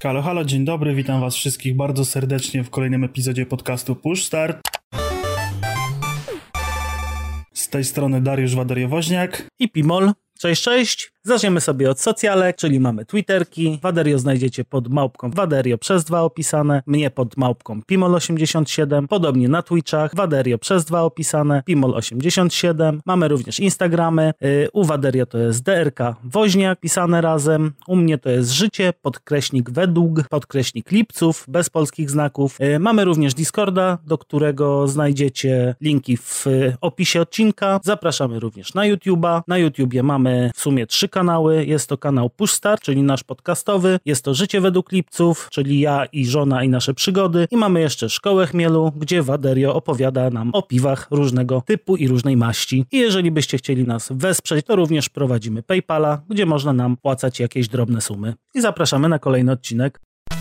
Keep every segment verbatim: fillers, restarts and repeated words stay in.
Halo, halo, dzień dobry, witam was wszystkich bardzo serdecznie w kolejnym epizodzie podcastu Push Start. Z tej strony Dariusz Waderio-Woźniak i Pimol. Cześć, cześć. Zaczniemy sobie od socjalek, czyli mamy Twitterki. Waderio znajdziecie pod małpką Waderio przez dwa opisane, mnie pod małpką Pimol osiemdziesiąt siedem, podobnie na Twitchach Waderio przez dwa opisane, Pimol osiemdziesiąt siedem. Mamy również Instagramy, yy, u Waderio to jest D R K Woźniak pisane razem, u mnie to jest życie, podkreśnik według, podkreśnik lipców, bez polskich znaków. Yy, mamy również Discorda, do którego znajdziecie linki w yy, opisie odcinka. Zapraszamy również na YouTube'a. Na YouTubie mamy w sumie trzy kanały. Jest to kanał Push Start, czyli nasz podcastowy. Jest to Życie według lipców, czyli ja i żona i nasze przygody. I mamy jeszcze Szkołę Chmielu, gdzie Waderio opowiada nam o piwach różnego typu i różnej maści. I jeżeli byście chcieli nas wesprzeć, to również prowadzimy PayPala, gdzie można nam płacać jakieś drobne sumy. I zapraszamy na kolejny odcinek.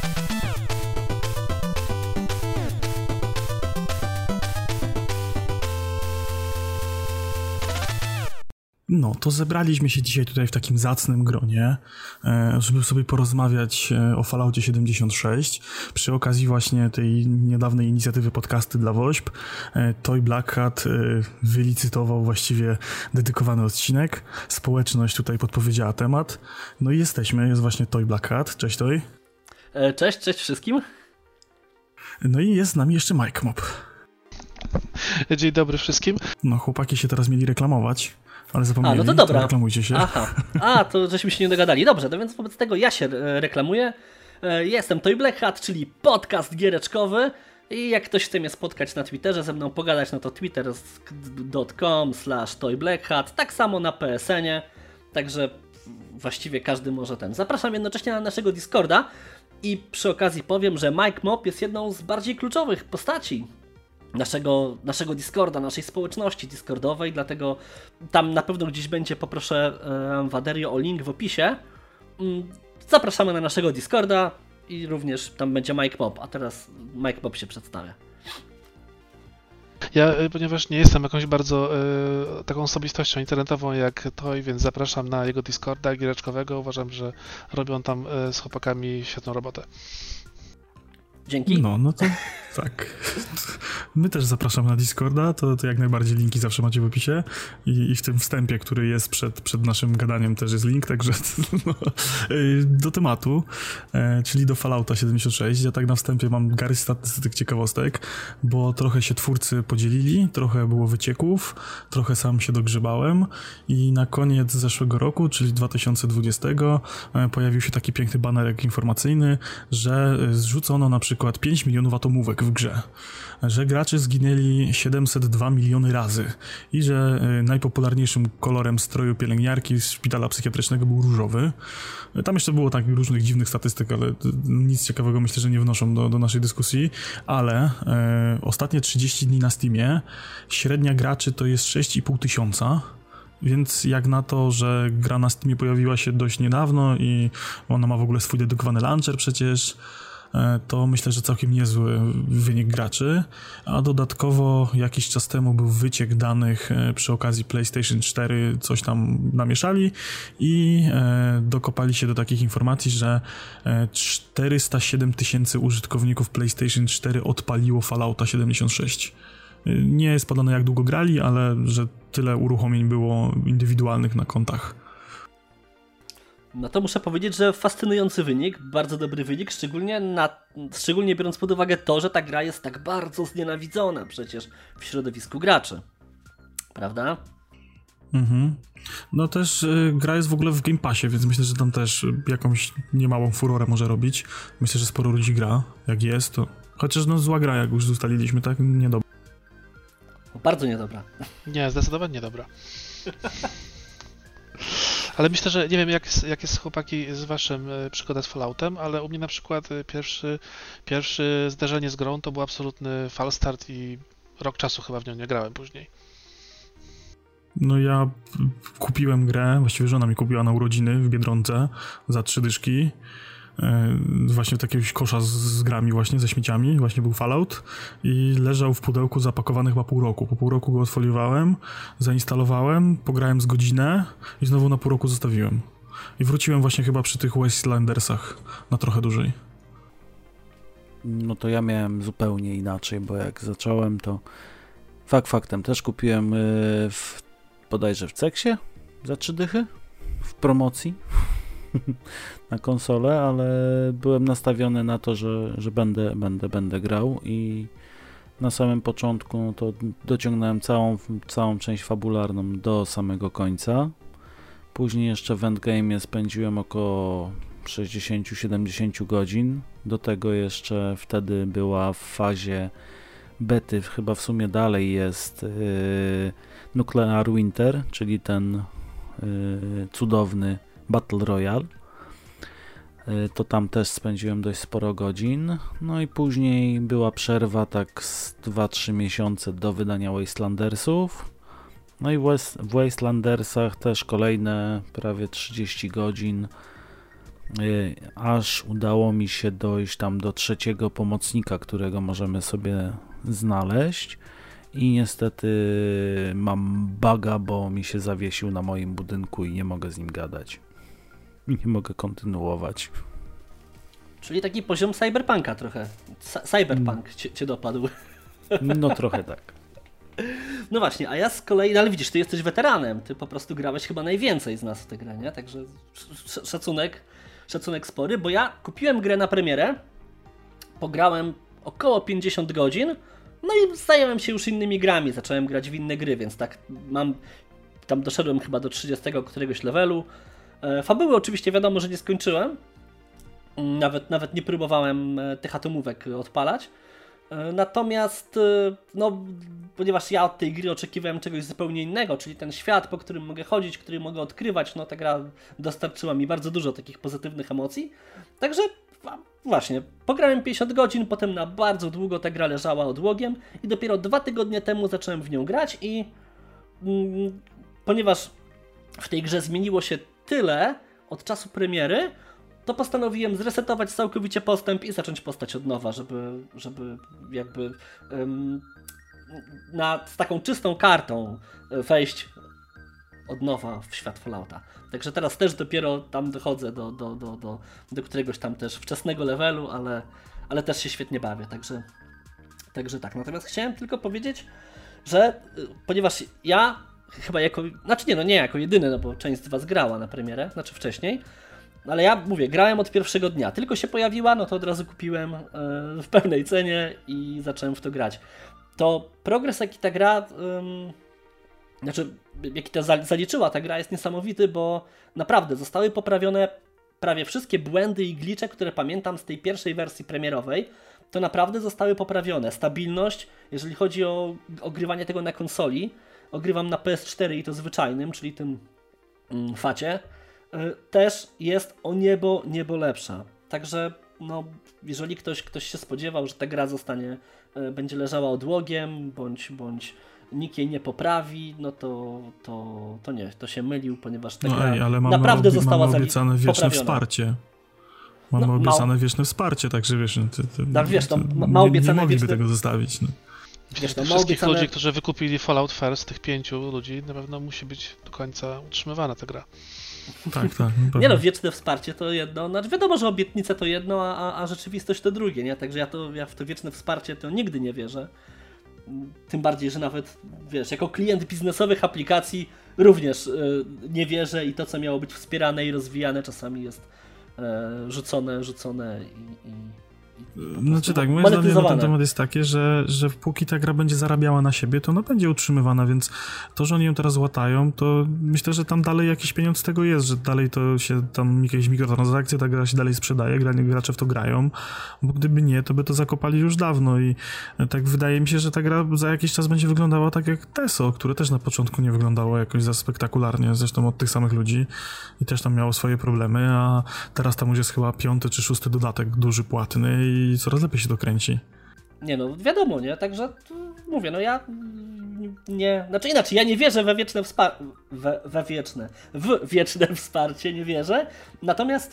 No, to zebraliśmy się dzisiaj tutaj w takim zacnym gronie, żeby sobie porozmawiać o Falloutie siedemdziesiąt sześć. Przy okazji właśnie tej niedawnej inicjatywy Podcasty dla WOŚP Toy Black Hat wylicytował właściwie dedykowany odcinek. Społeczność tutaj podpowiedziała temat. No i jesteśmy, jest właśnie Toy Black Hat. Cześć Toy. Cześć, cześć wszystkim. No i jest z nami jeszcze Mike Mob. Dzień dobry wszystkim. No, chłopaki się teraz mieli reklamować. Ale zapomnieli, A, no to dobra. To reklamujcie się. Aha, a, to żeśmy się nie dogadali. Dobrze, no więc wobec tego ja się reklamuję. Jestem Toy Black Hat, czyli podcast giereczkowy. I jak ktoś chce mnie spotkać na Twitterze, ze mną pogadać, no to twitter kropka com slash Toy Black Hat. Tak samo na P S N ie. Także właściwie każdy może ten. Zapraszam jednocześnie na naszego Discorda. I przy okazji powiem, że Mike Mob jest jedną z bardziej kluczowych postaci Naszego, naszego Discorda, naszej społeczności Discordowej, dlatego tam na pewno gdzieś będzie, poproszę e, Waderio o link w opisie. Zapraszamy na naszego Discorda i również tam będzie Mike Mob, a teraz Mike Mob się przedstawia. Ja, ponieważ nie jestem jakąś bardzo e, taką osobistością internetową jak Toy, więc zapraszam na jego Discorda giereczkowego. Uważam, że robią tam e, z chłopakami świetną robotę. Dzięki. No, no to tak. My też zapraszamy na Discorda, to, to jak najbardziej linki zawsze macie w opisie i, i w tym wstępie, który jest przed, przed naszym gadaniem też jest link, także no, do tematu, e, czyli do Fallouta siedemdziesiąt sześć. Ja tak na wstępie mam garść statystyk, ciekawostek, bo trochę się twórcy podzielili, trochę było wycieków, trochę sam się dogrzebałem i na koniec zeszłego roku, czyli dwa tysiące dwudziestego, e, pojawił się taki piękny banerek informacyjny, że zrzucono na przykład pięć milionów atomówek w grze, że gracze zginęli siedemset dwa miliony razy i że najpopularniejszym kolorem stroju pielęgniarki z szpitala psychiatrycznego był różowy. Tam jeszcze było tak różnych dziwnych statystyk, ale nic ciekawego myślę, że nie wnoszą do, do naszej dyskusji, ale e, ostatnie trzydzieści dni na Steamie średnia graczy to jest sześć i pół tysiąca. Więc jak na to, że gra na Steamie pojawiła się dość niedawno i ona ma w ogóle swój dedykowany launcher przecież, to myślę, że całkiem niezły wynik graczy, a dodatkowo jakiś czas temu był wyciek danych przy okazji PlayStation cztery, coś tam namieszali i dokopali się do takich informacji, że czterysta siedem tysięcy użytkowników PlayStation cztery odpaliło Fallouta siedemdziesiąt sześć. Nie jest podane jak długo grali, ale że tyle uruchomień było indywidualnych na kontach. No to muszę powiedzieć, że fascynujący wynik, bardzo dobry wynik, szczególnie, na, szczególnie biorąc pod uwagę to, że ta gra jest tak bardzo znienawidzona przecież w środowisku graczy. Prawda? Mhm. No też y, gra jest w ogóle w Game Passie, więc myślę, że tam też jakąś niemałą furorę może robić. Myślę, że sporo ludzi gra, jak jest to. Chociaż no zła gra, jak już ustaliliśmy, tak? Niedobra. Bardzo niedobra. Nie, zdecydowanie niedobra. Ale myślę, że nie wiem jak, jak jest chłopaki z waszym przygoda z Falloutem, ale u mnie na przykład pierwszy, pierwszy zderzenie z grą to był absolutny fall start i rok czasu chyba w nią nie grałem później. No ja kupiłem grę, właściwie żona mi kupiła na urodziny w Biedronce za trzy dyszki. Właśnie takiegoś kosza z, z grami właśnie, ze śmieciami, właśnie był Fallout i leżał w pudełku zapakowany chyba pół roku. Po pół roku go odfoliowałem, zainstalowałem, pograłem z godzinę i znowu na pół roku zostawiłem. I wróciłem właśnie chyba przy tych Wastelandersach na trochę dłużej. No to ja miałem zupełnie inaczej, bo jak zacząłem, to fakt faktem też kupiłem w, bodajże w Ceksie za trzy dychy w promocji na konsolę, ale byłem nastawiony na to, że, że będę, będę, będę grał i na samym początku to dociągnąłem całą, całą część fabularną do samego końca. Później jeszcze w endgame'ie spędziłem około sześćdziesiąt do siedemdziesięciu godzin. Do tego jeszcze wtedy była w fazie bety, chyba w sumie dalej jest yy, Nuclear Winter, czyli ten yy, cudowny Battle Royale. Yy, to tam też spędziłem dość sporo godzin. No i później była przerwa tak z dwa trzy miesiące do wydania Wastelandersów. No i w, West, w Wastelandersach też kolejne prawie trzydzieści godzin. Yy, aż udało mi się dojść tam do trzeciego pomocnika, którego możemy sobie znaleźć i niestety mam buga, bo mi się zawiesił na moim budynku i nie mogę z nim gadać. I nie mogę kontynuować. Czyli taki poziom cyberpunka trochę. C- cyberpunk cię, cię dopadł. No trochę tak. No właśnie, a ja z kolei, no ale widzisz, ty jesteś weteranem, ty po prostu grałeś chyba najwięcej z nas w tę grę, nie? Także sz- szacunek, szacunek spory, bo ja kupiłem grę na premierę, pograłem około pięćdziesiąt godzin, no i zająłem się już innymi grami, zacząłem grać w inne gry, więc tak mam, tam doszedłem chyba do trzydziestego któregoś levelu. E, fabuły oczywiście wiadomo, że nie skończyłem, nawet, nawet nie próbowałem tych atomówek odpalać. Natomiast, no, ponieważ ja od tej gry oczekiwałem czegoś zupełnie innego, czyli ten świat, po którym mogę chodzić, który mogę odkrywać, no ta gra dostarczyła mi bardzo dużo takich pozytywnych emocji. Także właśnie, pograłem pięćdziesiąt godzin, potem na bardzo długo ta gra leżała odłogiem i dopiero dwa tygodnie temu zacząłem w nią grać i mm, ponieważ w tej grze zmieniło się tyle od czasu premiery, to postanowiłem zresetować całkowicie postęp i zacząć postać od nowa, żeby, żeby jakby um, na, z taką czystą kartą wejść od nowa w świat Fallouta. Także teraz też dopiero tam dochodzę do, do, do, do, do któregoś tam też wczesnego levelu, ale, ale też się świetnie bawię, także, także tak. Natomiast chciałem tylko powiedzieć, że ponieważ ja chyba jako, znaczy nie, no nie jako jedyny, no bo część z was grała na premierę, znaczy wcześniej, ale ja mówię, grałem od pierwszego dnia, tylko się pojawiła, no to od razu kupiłem yy, w pełnej cenie i zacząłem w to grać. To progres, jaki ta gra, yy, znaczy jaki ta zaliczyła ta gra, jest niesamowity, bo naprawdę zostały poprawione prawie wszystkie błędy i glicze, które pamiętam z tej pierwszej wersji premierowej, to naprawdę zostały poprawione. Stabilność, jeżeli chodzi o ogrywanie tego na konsoli, ogrywam na P S cztery i to zwyczajnym, czyli tym yy, facie, też jest o niebo, niebo lepsza. Także no, jeżeli ktoś, ktoś się spodziewał, że ta gra zostanie, będzie leżała odłogiem, bądź, bądź nikt jej nie poprawi, no to, to, to nie, to się mylił, ponieważ ta no gra ej, ale mamy naprawdę obi- została mamy obiecane wieczne poprawiona. wsparcie. Mamy No, obiecane ma... wieczne wsparcie, także wiesz, ty, ty, tak, wiesz to, ma, nie, ma obiecane nie mogliby wieczne... tego zostawić. No. Wiesz, to tych ma wszystkich obiecane... ludzi, którzy wykupili Fallout First, tych pięciu ludzi, na pewno musi być do końca utrzymywana ta gra. Tak, tak. Nie no, wieczne wsparcie to jedno, znaczy wiadomo, że obietnice to jedno, a, a rzeczywistość to drugie, nie? Także ja, to, ja w to wieczne wsparcie to nigdy nie wierzę. Tym bardziej, że nawet, wiesz, jako klient biznesowych aplikacji również y, nie wierzę i to, co miało być wspierane i rozwijane, czasami jest y, rzucone, rzucone i... i... Znaczy tak, moje zdanie na ten temat jest takie, że, że póki ta gra będzie zarabiała na siebie, to ona będzie utrzymywana, więc to, że oni ją teraz łatają, to myślę, że tam dalej jakiś pieniądz z tego jest, że dalej to się tam jakieś mikrotransakcje, ta gra się dalej sprzedaje, gracze w to grają, bo gdyby nie, to by to zakopali już dawno i tak wydaje mi się, że ta gra za jakiś czas będzie wyglądała tak jak Teso, które też na początku nie wyglądało jakoś za spektakularnie, zresztą od tych samych ludzi i też tam miało swoje problemy, a teraz tam już jest chyba piąty czy szósty dodatek duży, płatny i coraz lepiej się to kręci. Nie no, wiadomo, nie? Także mówię, no ja nie... Znaczy inaczej, ja nie wierzę we wieczne wsparcie... We, we wieczne... W wieczne wsparcie nie wierzę. Natomiast...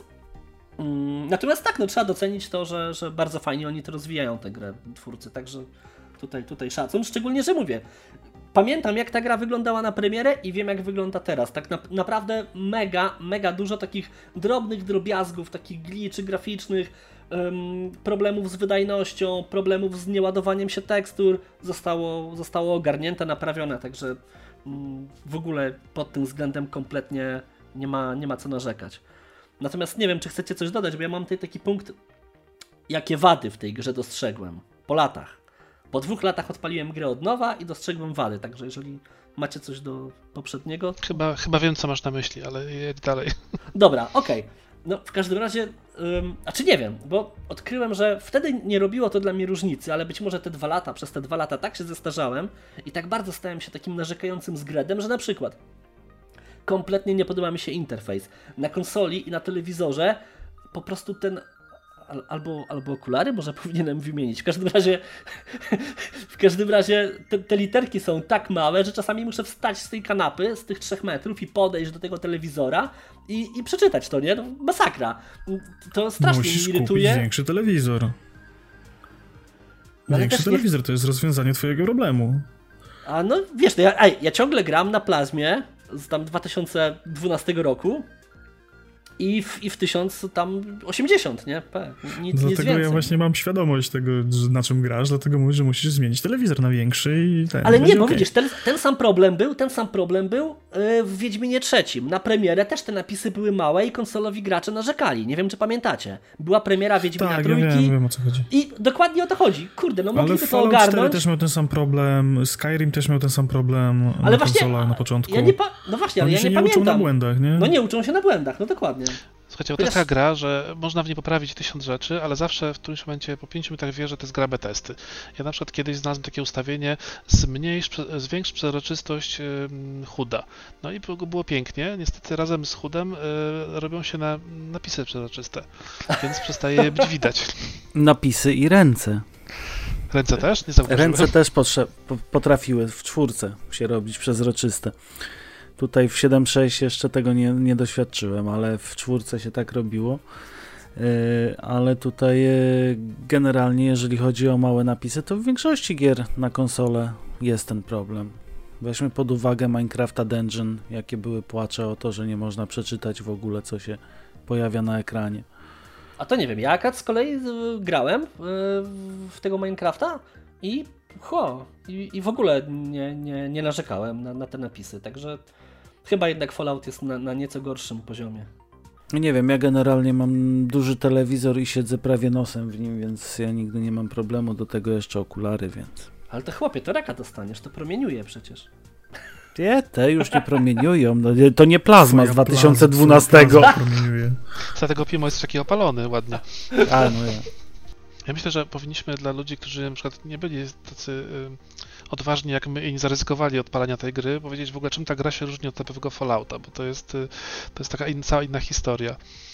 Mm, natomiast tak, no trzeba docenić to, że, że bardzo fajnie oni to rozwijają, tę grę, twórcy. Także tutaj, tutaj szacun. Szczególnie, że mówię... Pamiętam, jak ta gra wyglądała na premierę i wiem, jak wygląda teraz. Tak na, naprawdę mega, mega dużo takich drobnych drobiazgów, takich gliczy graficznych, um, problemów z wydajnością, problemów z nieładowaniem się tekstur zostało, zostało ogarnięte, naprawione, także um, w ogóle pod tym względem kompletnie nie ma, nie ma co narzekać. Natomiast nie wiem, czy chcecie coś dodać, bo ja mam tutaj taki punkt, jakie wady w tej grze dostrzegłem po latach. Po dwóch latach odpaliłem grę od nowa i dostrzegłem wady, także jeżeli macie coś do poprzedniego... Chyba, chyba wiem, co masz na myśli, ale jedź dalej. Dobra, okej. Okay. No w każdym razie, ym, a czy nie wiem, bo odkryłem, że wtedy nie robiło to dla mnie różnicy, ale być może te dwa lata, przez te dwa lata tak się zestarzałem i tak bardzo stałem się takim narzekającym zgredem, że na przykład kompletnie nie podoba mi się interfejs. Na konsoli i na telewizorze po prostu ten... Albo, albo okulary, może powinienem wymienić. W każdym razie, w każdym razie te, te literki są tak małe, że czasami muszę wstać z tej kanapy, z tych trzech metrów i podejść do tego telewizora i, i przeczytać to, nie? No, masakra. To strasznie Musisz mnie irytuje. kupić większy telewizor. No, większy telewizor nie... to jest rozwiązanie twojego problemu. A no wiesz, no ja, ej, ja ciągle gram na plazmie z tam dwa tysiące dwunastego roku. I w, i w tysiąc osiemdziesiąt, nie? P, nic, dlatego nic ja właśnie mam świadomość tego, na czym grasz, dlatego mówię, że musisz zmienić telewizor na większy i ten. Ale nie, bo okay. widzisz, ten, ten sam problem był, ten sam problem był yy, w Wiedźminie trzecim. Na premierę też te napisy były małe i konsolowi gracze narzekali. Nie wiem, czy pamiętacie. Była premiera Wiedźmina tak, trójki. Ja wiem, wiem, o co chodzi. I dokładnie o to chodzi. Kurde, no mogliby ale to ogarnąć. Ale cztery też miał ten sam problem, Skyrim też miał ten sam problem ale na właśnie, konsolach na początku. Ja nie pa- no właśnie, ale Oni ja się nie, nie pamiętam. uczą na błędach, nie? No nie uczą się na błędach, no dokładnie. Słuchajcie, bo to jest taka gra, że można w niej poprawić tysiąc rzeczy, ale zawsze w którymś momencie po pięciu minutach wie, że to jest gra B-testy. Ja na przykład kiedyś znalazłem takie ustawienie zmniejsz, zwiększ przezroczystość yy, chuda. No i było pięknie. Niestety razem z chudem yy, robią się na, napisy przezroczyste, więc przestaje być widać. Napisy i ręce. Ręce też? Nie zauważyłem. Ręce też potrze- potrafiły w czwórce się robić przezroczyste. Tutaj w siedem sześć jeszcze tego nie, nie doświadczyłem, ale w czwórce się tak robiło. Yy, ale tutaj yy, generalnie, jeżeli chodzi o małe napisy, to w większości gier na konsolę jest ten problem. Weźmy pod uwagę Minecrafta Dungeon, jakie były płacze o to, że nie można przeczytać w ogóle, co się pojawia na ekranie. A to nie wiem, ja akurat z kolei y, grałem y, w tego Minecrafta i ho, i, i w ogóle nie, nie, nie narzekałem na, na te napisy, także chyba jednak Fallout jest na, na nieco gorszym poziomie. Nie wiem, ja generalnie mam duży telewizor i siedzę prawie nosem w nim, więc ja nigdy nie mam problemu, do tego jeszcze okulary, więc... Ale to chłopie, to raka dostaniesz, to promieniuje przecież. Nie, te już nie promieniują, no, to nie plazma z dwa tysiące dwunastego. Dlatego Pimo jest taki opalony ładnie. A, no ja. Ja myślę, że powinniśmy dla ludzi, którzy na przykład nie byli tacy y, odważni jak my i nie zaryzykowali odpalania tej gry, powiedzieć w ogóle, czym ta gra się różni od typowego Fallouta, bo to jest, y, to jest taka in, cała inna historia.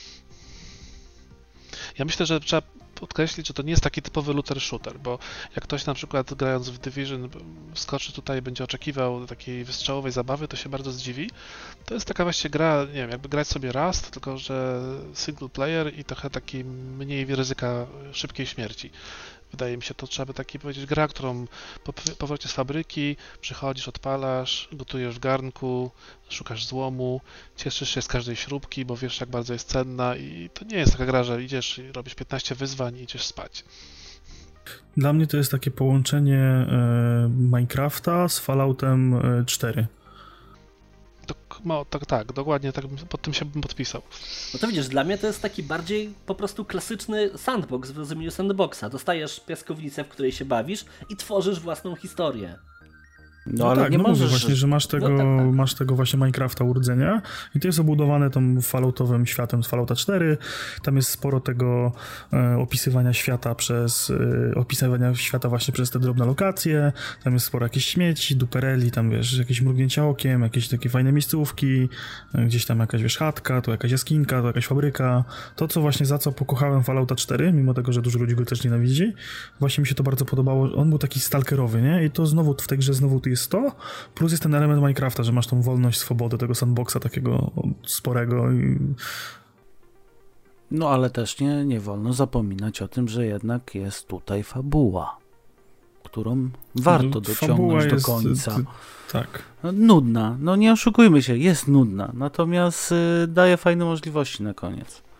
Ja myślę, że trzeba podkreślić, że to nie jest taki typowy looter shooter, bo jak ktoś na przykład grając w Division skoczy tutaj i będzie oczekiwał takiej wystrzałowej zabawy, to się bardzo zdziwi. To jest taka właśnie gra, nie wiem, jakby grać sobie Rust, tylko że single player i trochę taki mniej ryzyka szybkiej śmierci. Wydaje mi się, to trzeba by taki powiedzieć gra, którą po powrocie z fabryki przychodzisz, odpalasz, gotujesz w garnku, szukasz złomu, cieszysz się z każdej śrubki, bo wiesz, jak bardzo jest cenna i to nie jest taka gra, że idziesz i robisz piętnaście wyzwań i idziesz spać. Dla mnie to jest takie połączenie e, Minecrafta z Falloutem cztery. No, tak, tak, dokładnie, tak, pod tym się bym podpisał. No to widzisz, dla mnie to jest taki bardziej po prostu klasyczny sandbox w rozumieniu sandboxa. Dostajesz piaskownicę, w której się bawisz i tworzysz własną historię. No, no ale tak, nie no możesz... mówię właśnie, że masz tego, no tak, tak. masz tego właśnie Minecrafta urdzenia i to jest obudowane tą falloutowym światem z Fallouta cztery. Tam jest sporo tego e, opisywania świata przez e, opisywania świata właśnie przez te drobne lokacje. Tam jest sporo jakichś śmieci, dupereli, tam wiesz, jakieś mrugnięcia okiem, jakieś takie fajne miejscówki, e, gdzieś tam jakaś wiesz, chatka, to jakaś jaskinka, to jakaś fabryka. To, co właśnie za co pokochałem Fallouta cztery, mimo tego, że dużo ludzi go też nienawidzi, właśnie mi się to bardzo podobało. On był taki stalkerowy, nie? I to znowu w tej grze znowu tu jest to, plus jest ten element Minecrafta, że masz tą wolność, swobodę tego sandboxa takiego sporego. I... No ale też nie, nie wolno zapominać o tym, że jednak jest tutaj fabuła, którą warto no, dociągnąć do końca. Ty, tak. No, nudna, no nie oszukujmy się, jest nudna, natomiast y, daje fajne możliwości na koniec.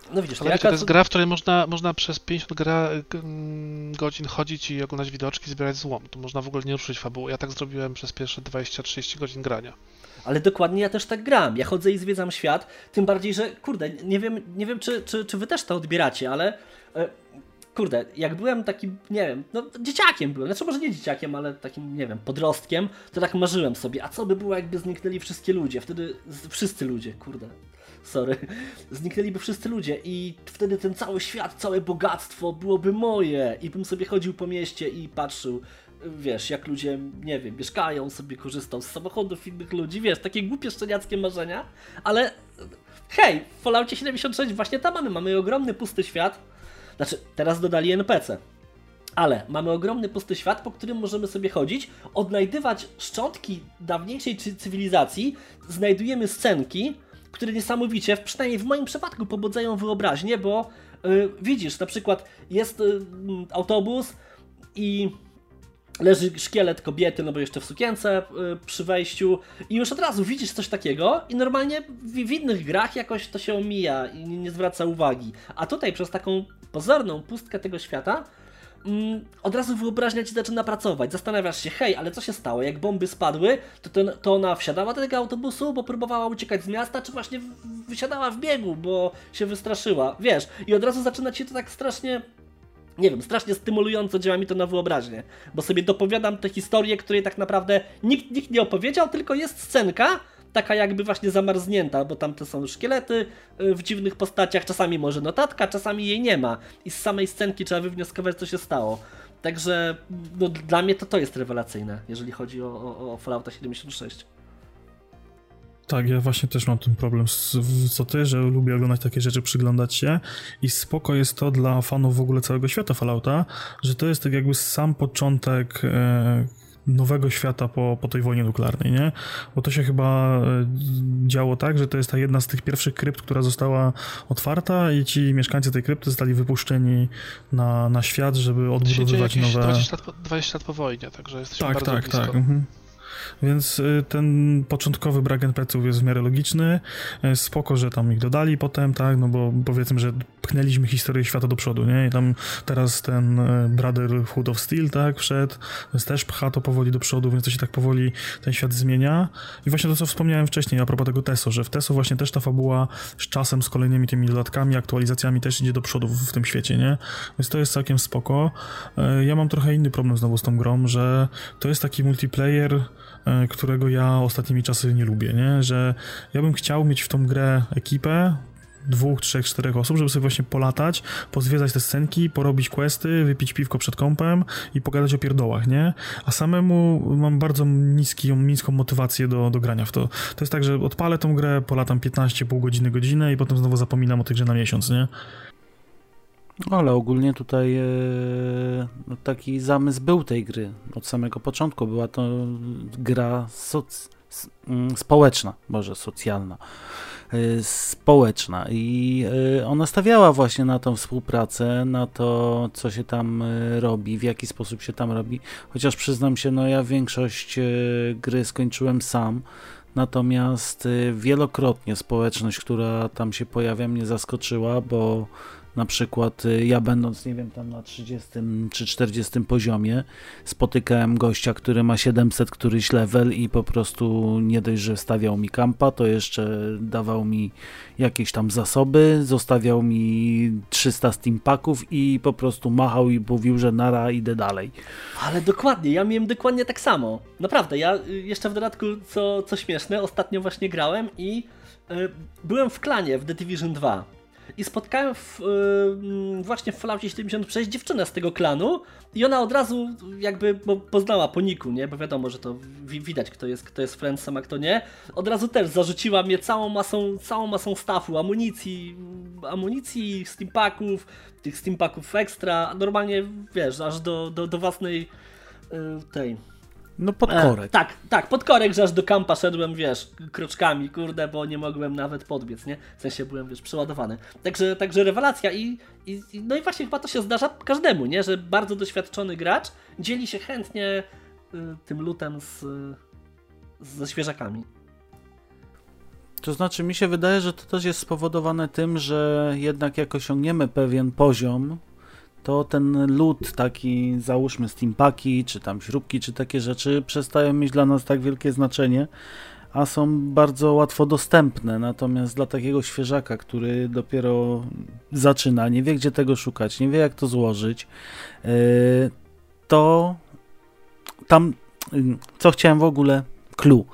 No widzisz, ale to, wiecie, to jest gra, w której można, można przez pięćdziesiąt gra, godzin chodzić i oglądać widoczki, zbierać złom. To można w ogóle nie ruszyć fabuły. Ja tak zrobiłem przez pierwsze dwadzieścia trzydzieści godzin grania. Ale dokładnie ja też tak gram. Ja chodzę i zwiedzam świat, tym bardziej, że kurde, nie wiem, nie wiem czy, czy, czy wy też to odbieracie, ale e, kurde, jak byłem takim, nie wiem, no dzieciakiem byłem, znaczy może nie dzieciakiem, ale takim, nie wiem, podrostkiem, to tak marzyłem sobie, a co by było, jakby zniknęli wszyscy ludzie, wtedy, z, wszyscy ludzie, kurde, sorry, zniknęliby wszyscy ludzie i wtedy ten cały świat, całe bogactwo byłoby moje i bym sobie chodził po mieście i patrzył, wiesz, jak ludzie, nie wiem, mieszkają, sobie korzystał z samochodów innych ludzi, wiesz, takie głupie szczeniackie marzenia, ale hej, w Falloutie siedemdziesiąt sześć właśnie tam mamy, mamy ogromny pusty świat, znaczy teraz dodali en pe ce, ale mamy ogromny pusty świat, po którym możemy sobie chodzić, odnajdywać szczątki dawniejszej cywilizacji, znajdujemy scenki, które niesamowicie, przynajmniej w moim przypadku, pobudzają wyobraźnię, bo yy, widzisz, na przykład jest yy, autobus i leży szkielet kobiety, no bo jeszcze w sukience yy, przy wejściu i już od razu widzisz coś takiego i normalnie w, w innych grach jakoś to się omija i nie, nie zwraca uwagi. A tutaj przez taką pozorną pustkę tego świata mm, od razu wyobraźnia ci zaczyna pracować. Zastanawiasz się, hej, ale co się stało? Jak bomby spadły, to, ten, to ona wsiadała do tego autobusu, bo próbowała uciekać z miasta, czy właśnie w, wysiadała w biegu, bo się wystraszyła, wiesz. I od razu zaczyna ci to tak strasznie... Nie wiem, strasznie stymulująco działa mi to na wyobraźnię, bo sobie dopowiadam tę historię, której tak naprawdę nikt, nikt nie opowiedział, tylko jest scenka, taka jakby właśnie zamarznięta, bo tam te są szkielety w dziwnych postaciach, czasami może notatka, czasami jej nie ma i z samej scenki trzeba wywnioskować, co się stało. Także no, dla mnie to to jest rewelacyjne, jeżeli chodzi o, o, o Fallouta siedemdziesiąt sześć. Tak, ja właśnie też mam ten problem z, co ty, że lubię oglądać takie rzeczy, przyglądać się i spoko jest to dla fanów w ogóle całego świata Fallouta, że to jest tak jakby sam początek e, nowego świata po, po tej wojnie nuklearnej, nie? Bo to się chyba e, działo tak, że to jest ta jedna z tych pierwszych krypt, która została otwarta i ci mieszkańcy tej krypty zostali wypuszczeni na, na świat, żeby odbudowywać nowe... dwadzieścia lat po, dwadzieścia lat po wojnie, także jesteśmy tak, bardzo tak, blisko. Tak, tak. Mhm. Więc ten początkowy brak en pe ce ów jest w miarę logiczny. Spoko, że tam ich dodali potem, tak, no bo powiedzmy, że pchnęliśmy historię świata do przodu, nie? I tam teraz ten Brotherhood of Steel, tak, wszedł, więc też pcha to powoli do przodu, więc to się tak powoli ten świat zmienia. I właśnie to, co wspomniałem wcześniej a propos tego Teso, że w Teso właśnie też ta fabuła z czasem, z kolejnymi tymi dodatkami, aktualizacjami też idzie do przodu w, w tym świecie, nie? Więc to jest całkiem spoko. Ja mam trochę inny problem znowu z tą grą, że to jest taki multiplayer, którego ja ostatnimi czasy nie lubię, nie? Że ja bym chciał mieć w tą grę ekipę dwóch, trzech, czterech osób, żeby sobie właśnie polatać, pozwiedzać te scenki, porobić questy, wypić piwko przed kompem i pogadać o pierdołach, nie? A samemu mam bardzo niski, niską motywację do, do grania w to. To jest tak, że odpalę tą grę, polatam piętnaście, pół godziny, godzinę i potem znowu zapominam o tej grze na miesiąc, nie? Ale ogólnie tutaj e, no taki zamysł był tej gry od samego początku. Była to gra soc, społeczna, może socjalna, e, społeczna i e, ona stawiała właśnie na tą współpracę, na to, co się tam e, robi, w jaki sposób się tam robi. Chociaż przyznam się, no ja większość e, gry skończyłem sam. Natomiast e, wielokrotnie społeczność, która tam się pojawia, mnie zaskoczyła, bo na przykład ja będąc, nie wiem, tam na trzydziestym czy czterdziestym poziomie spotykałem gościa, który ma siedemset któryś level i po prostu nie dość, że stawiał mi kampa, to jeszcze dawał mi jakieś tam zasoby, zostawiał mi trzysta steampaków i po prostu machał i mówił, że nara, idę dalej. Ale dokładnie, ja miałem dokładnie tak samo. Naprawdę, ja jeszcze w dodatku, co, co śmieszne, ostatnio właśnie grałem i y, byłem w klanie w The Division dwa. I spotkałem w, yy, właśnie w Falloutie siedemdziesiąt sześć dziewczynę z tego klanu i ona od razu jakby bo poznała po niku, nie? Bo wiadomo, że to wi widać kto jest, kto jest friendsem, a kto nie. Od razu też zarzuciła mnie całą masą, całą masą staffu, amunicji, amunicji, steampaków, tych steampaków ekstra, normalnie wiesz, aż do, do, do własnej yy, tej... No pod korek. E, tak, tak, pod korek, że aż do kampa szedłem, wiesz, kroczkami, kurde, bo nie mogłem nawet podbiec, nie? W sensie byłem, wiesz, przeładowany. Także, także rewelacja i, i, no i właśnie chyba to się zdarza każdemu, nie? Że bardzo doświadczony gracz dzieli się chętnie y, tym lutem z, z, ze świeżakami. To znaczy, mi się wydaje, że to też jest spowodowane tym, że jednak jak osiągniemy pewien poziom, to ten lód taki, załóżmy steampaki, czy tam śrubki, czy takie rzeczy przestają mieć dla nas tak wielkie znaczenie, a są bardzo łatwo dostępne. Natomiast dla takiego świeżaka, który dopiero zaczyna, nie wie gdzie tego szukać, nie wie jak to złożyć, to tam, co chciałem w ogóle, clue,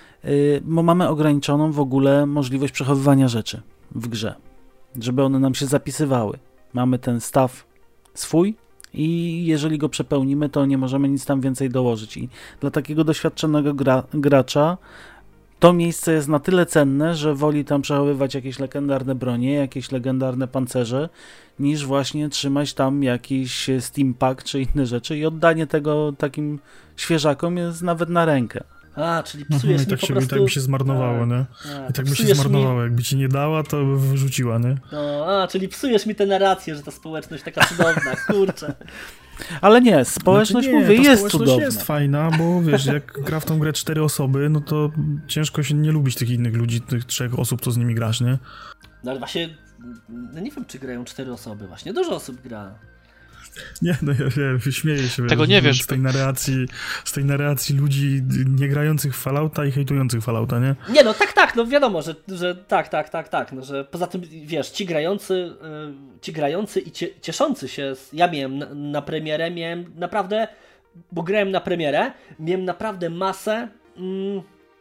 bo mamy ograniczoną w ogóle możliwość przechowywania rzeczy w grze, żeby one nam się zapisywały. Mamy ten staw swój i jeżeli go przepełnimy, to nie możemy nic tam więcej dołożyć. I dla takiego doświadczonego gra, gracza to miejsce jest na tyle cenne, że woli tam przechowywać jakieś legendarne bronie, jakieś legendarne pancerze, niż właśnie trzymać tam jakiś steampack czy inne rzeczy i oddanie tego takim świeżakom jest nawet na rękę. A, czyli psujesz mhm, mi tak po się, prostu... tak by się zmarnowało, tak, nie? tak. I tak by się Psujesz zmarnowało. Mi... Jakby ci nie dała, to by wyrzuciła, nie? No, a, czyli psujesz mi tę narrację, że ta społeczność taka cudowna, kurczę. Ale nie, społeczność, znaczy nie, mówię, ta jest społeczność cudowna. jest fajna, bo wiesz, jak gra w tą grę cztery osoby, no to ciężko się nie lubić tych innych ludzi, tych trzech osób, co z nimi grasz, nie? No ale właśnie, no nie wiem, czy grają cztery osoby, właśnie dużo osób gra. Nie, no ja wiem, śmieję się. Tego wiesz, nie wiesz. Z tej narracji, z tej narracji ludzi nie grających w Fallouta i hejtujących Fallouta, nie? Nie, no tak, tak, no wiadomo, że, że tak, tak, tak, tak, no że poza tym, wiesz, ci grający, yy, ci grający i cie, cieszący się, z, ja miałem na, na premierę, miałem naprawdę, bo grałem na premierę, miałem naprawdę masę mm,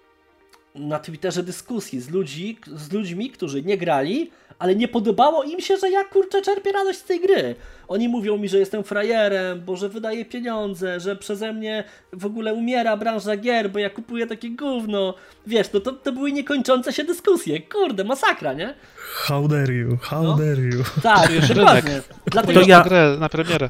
na Twitterze dyskusji z, ludzi, z ludźmi, którzy nie grali, ale nie podobało im się, że ja kurczę czerpię radość z tej gry. Oni mówią mi, że jestem frajerem, bo że wydaję pieniądze, że przeze mnie w ogóle umiera branża gier, bo ja kupuję takie gówno. Wiesz, no to, to były niekończące się dyskusje. Kurde, masakra, nie? How dare you, how No. dare you. Tak, Czujesz dokładnie. rynek. Dlatego To ja... ja- grę na premierę.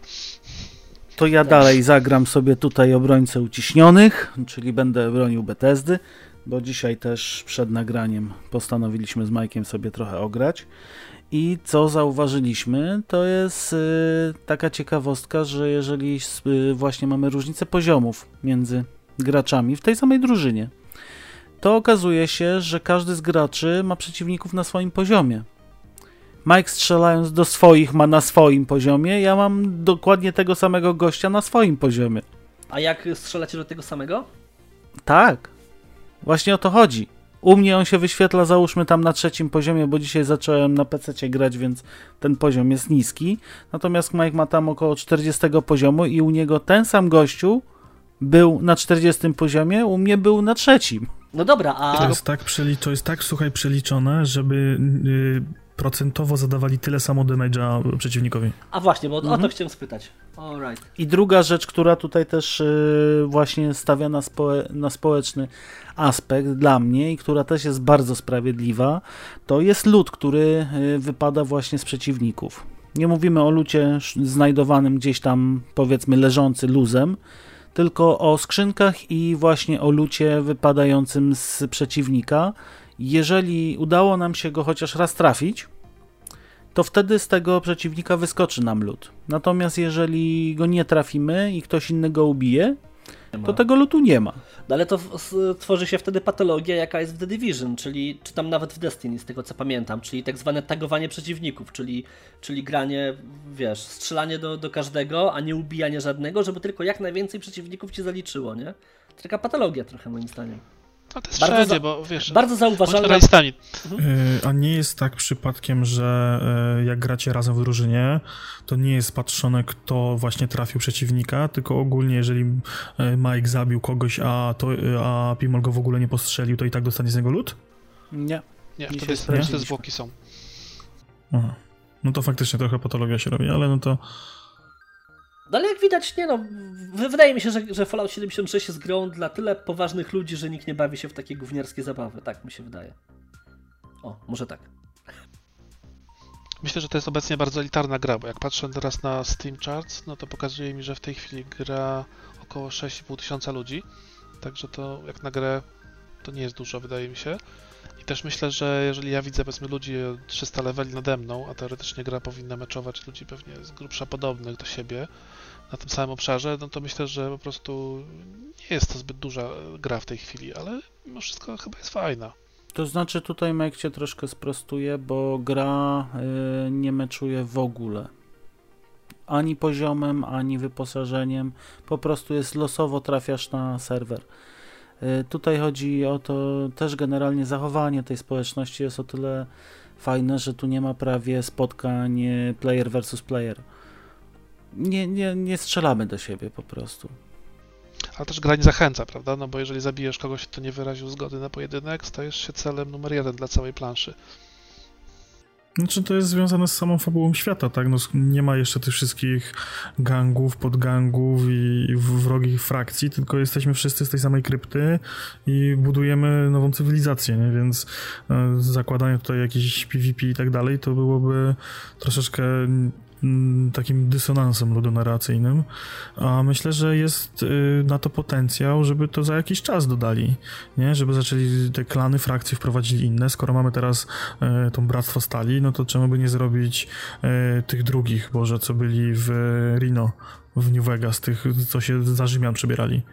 To ja dalej zagram sobie tutaj obrońcę uciśnionych, czyli będę bronił Bethesdy, bo dzisiaj też przed nagraniem postanowiliśmy z Majkiem sobie trochę ograć. I co zauważyliśmy, to jest y, taka ciekawostka, że jeżeli y, właśnie mamy różnicę poziomów między graczami w tej samej drużynie, to okazuje się, że każdy z graczy ma przeciwników na swoim poziomie. Mike strzelając do swoich ma na swoim poziomie, ja mam dokładnie tego samego gościa na swoim poziomie. A jak strzelacie do tego samego? Tak, właśnie o to chodzi. U mnie on się wyświetla, załóżmy tam na trzecim poziomie, bo dzisiaj zacząłem na pececie grać, więc ten poziom jest niski. Natomiast Mike ma tam około czterdziestego poziomu i u niego ten sam gościu był na czterdziestym poziomie, u mnie był na trzecim. No dobra, a... To jest tak, przeli- to jest tak słuchaj, przeliczone, żeby yy, procentowo zadawali tyle samo damage'a przeciwnikowi. A właśnie, bo Mhm. o to chciałem spytać. Alright. I druga rzecz, która tutaj też yy, właśnie stawia na, spo- na społeczny aspekt dla mnie i która też jest bardzo sprawiedliwa, to jest lód, który yy, wypada właśnie z przeciwników. Nie mówimy o lucie sz- znajdowanym gdzieś tam, powiedzmy, leżący luzem, tylko o skrzynkach i właśnie o lucie wypadającym z przeciwnika. Jeżeli udało nam się go chociaż raz trafić, to wtedy z tego przeciwnika wyskoczy nam lód. Natomiast jeżeli go nie trafimy i ktoś inny go ubije, to tego lutu nie ma. No ale to w, s- tworzy się wtedy patologia, jaka jest w The Division, czyli czy tam nawet w Destiny, z tego co pamiętam, czyli tak zwane tagowanie przeciwników, czyli, czyli granie, wiesz, strzelanie do, do każdego, a nie ubijanie żadnego, żeby tylko jak najwięcej przeciwników ci zaliczyło, nie? To taka patologia trochę moim zdaniem. No to jest Bardzo wszędzie, za- bo wiesz, Bardzo bądź zauważalna... realistami. Yy, a nie jest tak przypadkiem, że yy, jak gracie razem w drużynie, to nie jest patrzone, kto właśnie trafił przeciwnika, tylko ogólnie jeżeli yy, Mike zabił kogoś, a, to, yy, a Pimol go w ogóle nie postrzelił, to i tak dostanie z niego lód? Nie. Nie, Dzisiaj wtedy jest, sprawdziliśmy. te zwłoki są. Aha. No to faktycznie trochę patologia się robi, ale no to... No ale jak widać, nie no, w- wydaje mi się, że, że Fallout siedemdziesiąt sześć jest grą dla tyle poważnych ludzi, że nikt nie bawi się w takie gówniarskie zabawy. Tak mi się wydaje. O, może tak. Myślę, że to jest obecnie bardzo elitarna gra, bo jak patrzę teraz na Steam Charts, no to pokazuje mi, że w tej chwili gra około sześć i pół tysiąca ludzi. Także to jak na grę to nie jest dużo, wydaje mi się. I też myślę, że jeżeli ja widzę powiedzmy ludzi o trzysta leveli nade mną, a teoretycznie gra powinna meczować ludzi pewnie z grubsza podobnych do siebie na tym samym obszarze, no to myślę, że po prostu nie jest to zbyt duża gra w tej chwili, ale mimo wszystko chyba jest fajna. To znaczy tutaj Mike cię troszkę sprostuje, bo gra y, nie meczuje w ogóle. Ani poziomem, ani wyposażeniem. Po prostu jest losowo trafiasz na serwer. Y, tutaj chodzi o to, też generalnie zachowanie tej społeczności jest o tyle fajne, że tu nie ma prawie spotkań player versus player. Nie, nie, nie strzelamy do siebie po prostu. Ale też gra nie zachęca, prawda? No bo jeżeli zabijesz kogoś, kto nie wyraził zgody na pojedynek, stajesz się celem numer jeden dla całej planszy. Znaczy to jest związane z samą fabułą świata, tak? No, nie ma jeszcze tych wszystkich gangów, podgangów i wrogich frakcji, tylko jesteśmy wszyscy z tej samej krypty i budujemy nową cywilizację, nie? Więc e, zakładanie tutaj jakichś PvP i tak dalej, to byłoby troszeczkę takim dysonansem ludonarracyjnym, a myślę, że jest y, na to potencjał, żeby to za jakiś czas dodali, nie? Żeby zaczęli te klany, frakcje wprowadzili inne. Skoro mamy teraz y, tą Bractwo Stali, no to czemu by nie zrobić y, tych drugich, Boże, co byli w Reno, w New Vegas, tych, co się za Rzymian przebierali.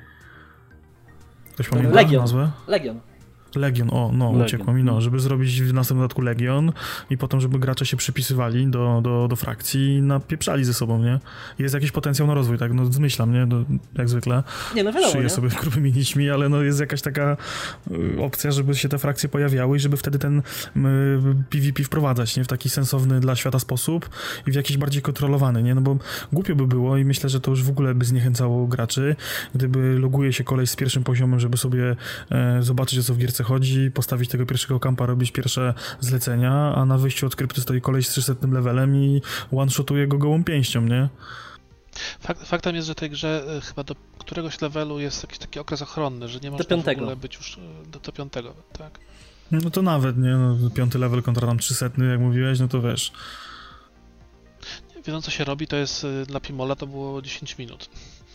Ktoś pamięta Legion. nazwę? Legion. Legion, o, no, Legion. uciekło mi, no, żeby zrobić w następnym dodatku Legion i potem, żeby gracze się przypisywali do, do, do frakcji i napieprzali ze sobą, nie? Jest jakiś potencjał na rozwój, tak, no, zmyślam, nie? No, jak zwykle. Nie, no wiadomo, Szyję nie? sobie grubymi nićmi, ale no jest jakaś taka y, opcja, żeby się te frakcje pojawiały i żeby wtedy ten y, PvP wprowadzać, nie? W taki sensowny dla świata sposób i w jakiś bardziej kontrolowany, nie? No bo głupio by było i myślę, że to już w ogóle by zniechęcało graczy, gdyby loguje się koleś z pierwszym poziomem, żeby sobie y, zobaczyć, o co w gierce chodzi, postawić tego pierwszego kampa, robić pierwsze zlecenia, a na wyjściu od krypty stoi koleś z trzysetnym levelem i one-shotuje go gołą pięścią, nie? Fakt, faktem jest, że tej grze e, chyba do któregoś levelu jest jakiś taki okres ochronny, że nie można w piątego. ogóle być już e, do, do piątego, tak? No to nawet, nie? No, piąty level kontra tam trzysetny, jak mówiłeś, no to wiesz. Wiedząc, co się robi, to jest e, dla Pimola to było dziesięć minut.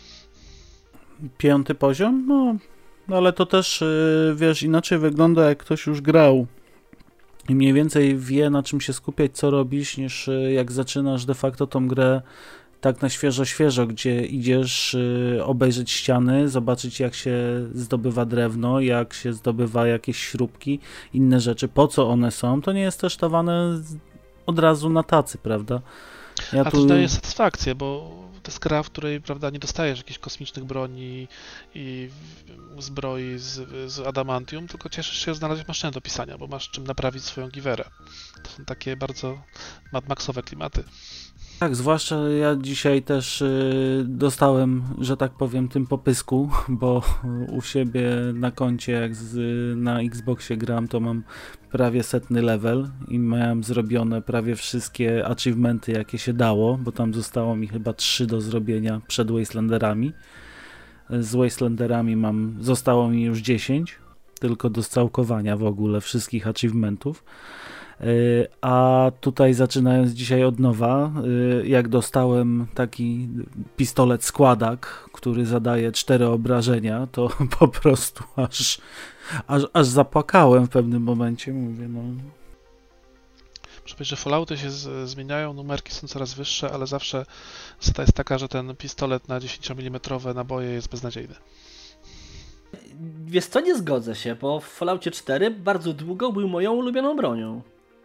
Piąty poziom? No, no ale to też, yy, wiesz, inaczej wygląda, jak ktoś już grał i mniej więcej wie, na czym się skupiać, co robisz, niż yy, jak zaczynasz de facto tą grę tak na świeżo, świeżo, gdzie idziesz yy, obejrzeć ściany, zobaczyć, jak się zdobywa drewno, jak się zdobywa jakieś śrubki, inne rzeczy, po co one są, to nie jest też dawane od razu na tacy, prawda? Ja A tu... to daje satysfakcję, bo to jest gra, w której, prawda, nie dostajesz jakichś kosmicznych broni i zbroi z, z adamantium, tylko cieszysz się, że znalazłeś maszynę do pisania, bo masz czym naprawić swoją giwerę. To są takie bardzo Mad Maxowe klimaty. Tak, zwłaszcza ja dzisiaj też y, dostałem, że tak powiem, tym popysku, bo u siebie na koncie, jak z, na Xboxie gram, to mam prawie setny level i miałem zrobione prawie wszystkie achievementy, jakie się dało, bo tam zostało mi chyba trzy do zrobienia przed Wastelanderami. Z Wastelanderami mam, zostało mi już dziesięć, tylko do scałkowania w ogóle wszystkich achievementów. A tutaj zaczynając dzisiaj od nowa, jak dostałem taki pistolet składak, który zadaje cztery obrażenia, to po prostu aż, aż, aż zapłakałem w pewnym momencie, mówię, no... Muszę powiedzieć, że Fallouty się z, zmieniają, numerki są coraz wyższe, ale zawsze zasada jest taka, że ten pistolet na dziesięciomilimetrowe naboje jest beznadziejny. Wiesz co, nie zgodzę się, bo w Falloutie cztery bardzo długo był moją ulubioną bronią.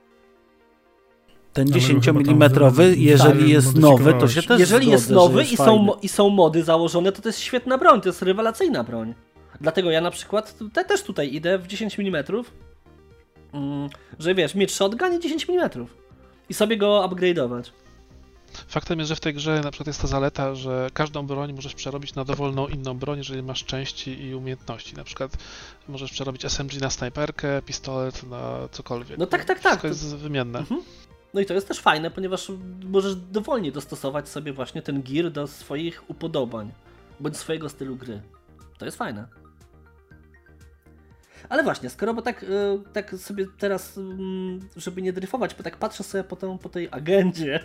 Ten Ale dziesięciomilimetrowy, chyba tam jeżeli tak, jest nowy, to się też Jeżeli zgodzę, jest nowy że jest i, są, fajny. mo- i są mody założone, to to jest świetna broń, to jest rewelacyjna broń. Dlatego ja na przykład te, też tutaj idę w dziesięć milimetrów, mm, że wiesz, mieć shotgun i dziesięć milimetrów i sobie go upgrade'ować. Faktem jest, że w tej grze na przykład jest ta zaleta, że każdą broń możesz przerobić na dowolną inną broń, jeżeli masz części i umiejętności. Na przykład możesz przerobić S M G na snajperkę, pistolet na cokolwiek. No tak, tak, tak. Wszystko jest wymienne. Mhm. No i to jest też fajne, ponieważ możesz dowolnie dostosować sobie właśnie ten gear do swoich upodobań, bądź swojego stylu gry. To jest fajne. Ale właśnie, skoro bo tak, yy, tak sobie teraz, yy, żeby nie dryfować, bo tak patrzę sobie po, tą, po tej agendzie.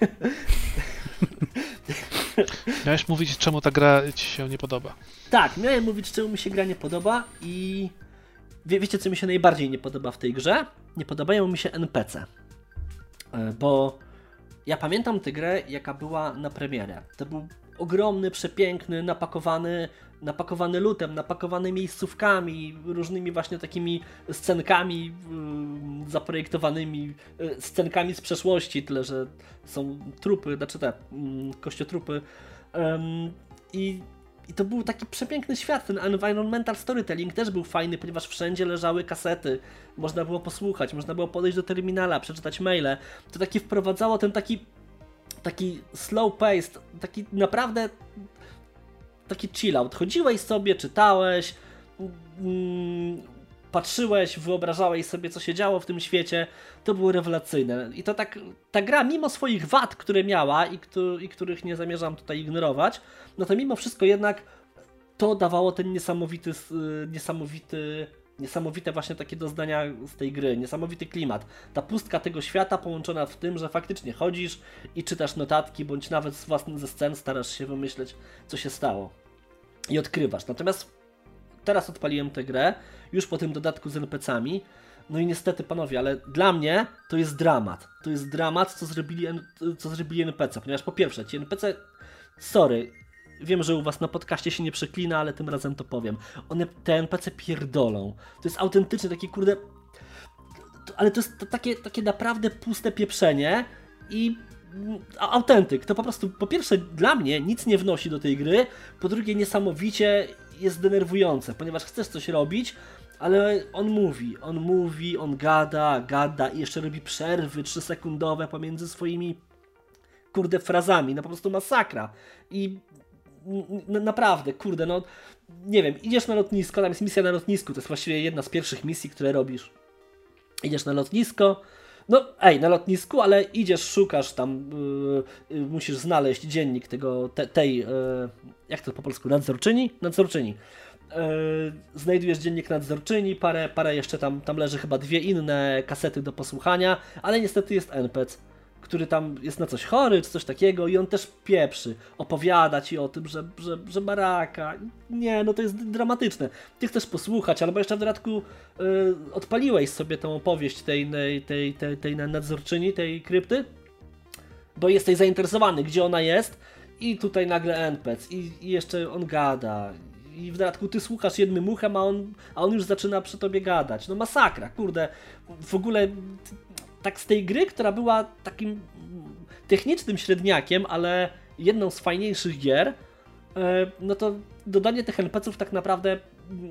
Miałeś mówić, czemu ta gra ci się nie podoba. Tak, miałem mówić, czemu mi się gra nie podoba i wie, wiecie, co mi się najbardziej nie podoba w tej grze? Nie podobają mi się N P C. Bo ja pamiętam tę grę, jaka była na premierę. To był ogromny, przepiękny, napakowany, napakowany lutem, napakowany miejscówkami, różnymi właśnie takimi scenkami yy, zaprojektowanymi, yy, scenkami z przeszłości, tyle że są trupy, znaczy te yy, kościotrupy. Yy, i, I to był taki przepiękny świat, ten environmental storytelling też był fajny, ponieważ wszędzie leżały kasety, można było posłuchać, można było podejść do terminala, przeczytać maile. To takie wprowadzało ten taki taki slow paced, taki naprawdę taki chill out. Chodziłeś sobie, czytałeś, mm, patrzyłeś, wyobrażałeś sobie, co się działo w tym świecie. To było rewelacyjne. I to tak, ta gra, mimo swoich wad, które miała i, któ- i których nie zamierzam tutaj ignorować, no to mimo wszystko jednak to dawało ten niesamowity, niesamowity Niesamowite właśnie takie doznania z tej gry, niesamowity klimat. Ta pustka tego świata połączona w tym, że faktycznie chodzisz i czytasz notatki, bądź nawet z własnych ze scen starasz się wymyśleć, co się stało. I odkrywasz. Natomiast teraz odpaliłem tę grę, już po tym dodatku z en pe cami. No i niestety, panowie, ale dla mnie to jest dramat. To jest dramat, co zrobili, co zrobili en pe ce. Ponieważ po pierwsze, ci en pe ce, sorry, wiem, że u was na podcaście się nie przeklina, ale tym razem to powiem. One, te en pe ce pierdolą. To jest autentyczne, takie kurde... To, ale to jest to takie, takie naprawdę puste pieprzenie i a, autentyk. To po prostu, po pierwsze, dla mnie nic nie wnosi do tej gry, po drugie, niesamowicie jest denerwujące, ponieważ chcesz coś robić, ale on mówi, on mówi, on gada, gada i jeszcze robi przerwy trzysekundowe pomiędzy swoimi kurde frazami. No po prostu masakra. I N- naprawdę, kurde, no nie wiem, idziesz na lotnisko, tam jest misja na lotnisku, to jest właściwie jedna z pierwszych misji, które robisz. Idziesz na lotnisko, no ej, na lotnisku, ale idziesz, szukasz tam, yy, yy, musisz znaleźć dziennik tego, te, tej, yy, jak to po polsku, nadzorczyni? Nadzorczyni. Yy, znajdujesz dziennik nadzorczyni, parę, parę jeszcze tam, tam leży chyba dwie inne kasety do posłuchania, ale niestety jest en pe ce, który tam jest na coś chory, czy coś takiego i on też pieprzy, opowiada ci o tym, że, że, że baraka. Nie, no to jest dramatyczne. Ty chcesz posłuchać, albo jeszcze w dodatku y, odpaliłeś sobie tę opowieść tej, tej, tej, tej, tej nadzorczyni, tej krypty, bo jesteś zainteresowany, gdzie ona jest i tutaj nagle en pe ce i, i jeszcze on gada. I w dodatku ty słuchasz jednym uchem, a on, a on już zaczyna przy tobie gadać. No masakra, kurde. W ogóle tak z tej gry, która była takim technicznym średniakiem, ale jedną z fajniejszych gier, no to dodanie tych en pe ców tak naprawdę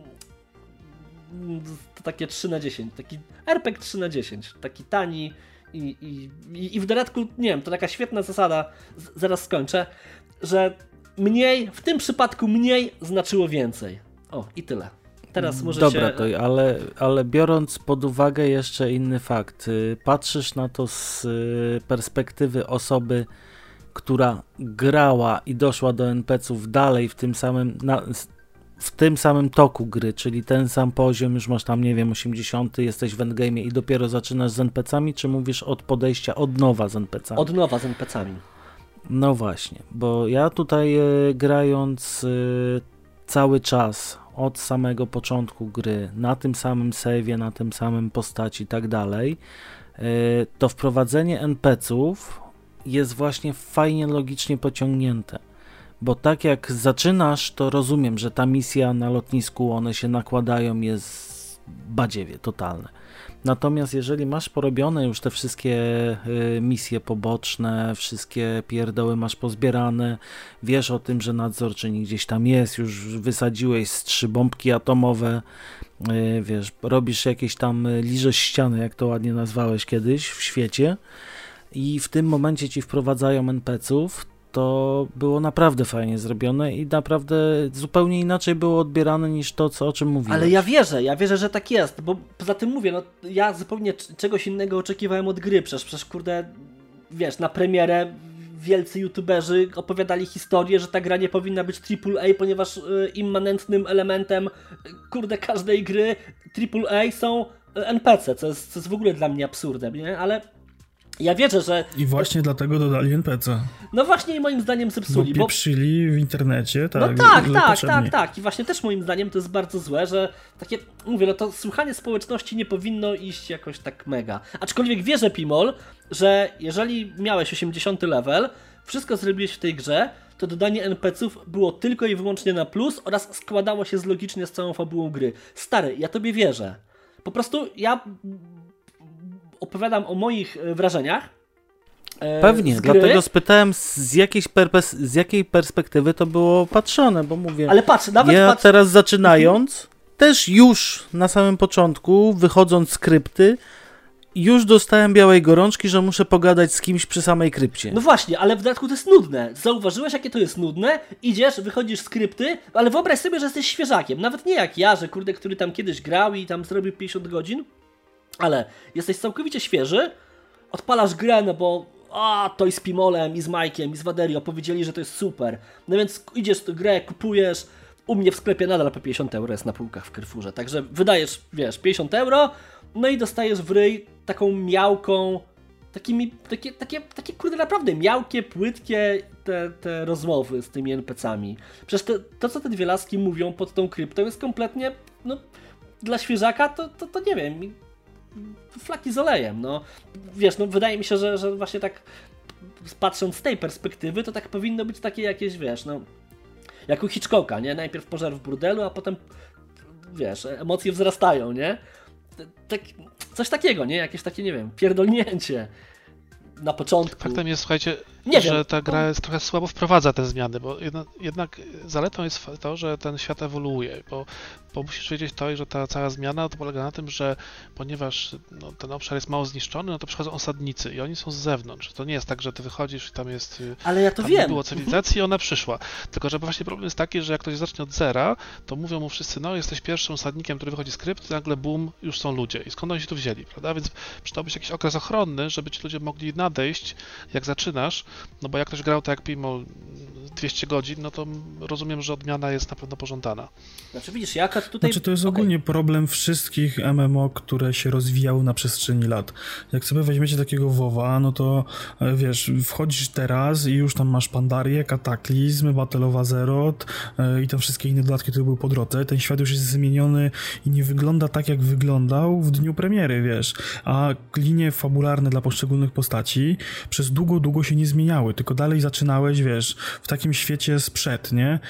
to takie trzy na dziesięć, taki er pe gie trzy na dziesięć, taki tani i, i, i w dodatku, nie wiem, to taka świetna zasada, z, zaraz skończę, że mniej, w tym przypadku mniej znaczyło więcej. O, i tyle. Teraz może Dobra, się... to, ale, ale biorąc pod uwagę jeszcze inny fakt, patrzysz na to z perspektywy osoby, która grała i doszła do en pe ców dalej w tym samym na, w tym samym toku gry, czyli ten sam poziom, już masz tam, nie wiem, osiemdziesiąty, jesteś w endgame'ie i dopiero zaczynasz z en pe cami, czy mówisz od podejścia od nowa z en pe cami? Od nowa z en pe cami. No właśnie, bo ja tutaj e, grając e, cały czas od samego początku gry, na tym samym save'ie, na tym samym postaci i tak dalej, to wprowadzenie en pe ców jest właśnie fajnie logicznie pociągnięte. Bo tak jak zaczynasz, to rozumiem, że ta misja na lotnisku, one się nakładają, jest badziewie totalne. Natomiast jeżeli masz porobione już te wszystkie y, misje poboczne, wszystkie pierdoły masz pozbierane, wiesz o tym, że nadzorczyni gdzieś tam jest, już wysadziłeś z trzy bombki atomowe, y, wiesz, robisz jakieś tam y, liżesz ściany, jak to ładnie nazwałeś kiedyś w świecie i w tym momencie ci wprowadzają en pe ców, to było naprawdę fajnie zrobione i naprawdę zupełnie inaczej było odbierane niż to, co, o czym mówiłeś. Ale ja wierzę, ja wierzę, że tak jest, bo poza tym mówię, no ja zupełnie czegoś innego oczekiwałem od gry, przecież, przecież kurde, wiesz, na premierę wielcy youtuberzy opowiadali historię, że ta gra nie powinna być triple A, ponieważ y, immanentnym elementem, kurde, każdej gry triple A są en pe ce, co jest, co jest w ogóle dla mnie absurdem, nie? Ale ja wierzę, że... I właśnie dlatego dodali en pe ce. No właśnie i moim zdaniem zepsuli. Bo pieprzyli w internecie, tak. No tak, tak, tak, tak. I właśnie też moim zdaniem to jest bardzo złe, że takie, mówię, no to słuchanie społeczności nie powinno iść jakoś tak mega. Aczkolwiek wierzę, Pimol, że jeżeli miałeś osiemdziesiąty level, wszystko zrobiłeś w tej grze, to dodanie en pe ce ów było tylko i wyłącznie na plus oraz składało się z logicznie z całą fabułą gry. Stary, ja tobie wierzę. Po prostu ja opowiadam o moich wrażeniach. E, Pewnie, dlatego spytałem z, jakiejś perpes- z jakiej perspektywy to było patrzone, bo mówię, ale patrz, nawet ja patrz... teraz zaczynając, też już na samym początku, wychodząc z krypty, już dostałem białej gorączki, że muszę pogadać z kimś przy samej krypcie. No właśnie, ale w dodatku to jest nudne. Zauważyłeś, jakie to jest nudne? Idziesz, wychodzisz z krypty, ale wyobraź sobie, że jesteś świeżakiem. Nawet nie jak ja, że kurde, który tam kiedyś grał i tam zrobił pięćdziesiąt godzin, ale jesteś całkowicie świeży, odpalasz grę, no bo a, to i z Pimolem, i z Majkiem, i z Waderio powiedzieli, że to jest super. No więc idziesz w tę grę, kupujesz. U mnie w sklepie nadal po pięćdziesiąt euro jest na półkach w Carrefourze, także wydajesz, wiesz, pięćdziesiąt euro, no i dostajesz w ryj taką miałką, takimi, takie, takie, takie kurde naprawdę miałkie, płytkie te, te rozmowy z tymi en pe ce ami. Przecież te, to, co te dwie laski mówią pod tą kryptą jest kompletnie, no, dla świeżaka to, to, to nie wiem, flaki z olejem, no. Wiesz, no wydaje mi się, że, że właśnie tak patrząc z tej perspektywy, to tak powinno być takie jakieś, wiesz, no, jak u Hitchcocka, nie? Najpierw pożar w burdelu, a potem, wiesz, emocje wzrastają, nie? Tak, coś takiego, nie? Jakieś takie, nie wiem, pierdolnięcie na początku. Faktem jest, słuchajcie, nie że wiem. ta gra jest trochę słabo wprowadza te zmiany, bo jedna, jednak zaletą jest to, że ten świat ewoluuje, bo, bo musisz wiedzieć to, że ta cała zmiana to polega na tym, że ponieważ no, ten obszar jest mało zniszczony, no to przychodzą osadnicy i oni są z zewnątrz. To nie jest tak, że ty wychodzisz i tam jest... Ale ja to tam wiem. nie było cywilizacji i ona przyszła. Tylko, że właśnie problem jest taki, że jak ktoś zacznie od zera, to mówią mu wszyscy, no jesteś pierwszym osadnikiem, który wychodzi z krypty, nagle boom, już są ludzie. I skąd oni się tu wzięli, prawda? Więc przydałby się jakiś okres ochronny, żeby ci ludzie mogli nadejść, jak zaczynasz, no bo jak ktoś grał tak jak Pimol dwieście godzin, no to rozumiem, że odmiana jest na pewno pożądana. Znaczy widzisz, jaka tutaj... Znaczy to jest okay. ogólnie problem wszystkich em em o, które się rozwijały na przestrzeni lat. Jak sobie weźmiecie takiego WoWa, no to wiesz, wchodzisz teraz i już tam masz Pandarię, Kataklizm, Battle of Azeroth yy, i tam wszystkie inne dodatki, które były po drodze. Ten świat już jest zmieniony i nie wygląda tak, jak wyglądał w dniu premiery, wiesz. A linie fabularne dla poszczególnych postaci przez długo, długo się nie zmieniały, tylko dalej zaczynałeś, wiesz, w takim świecie sprzed, nie?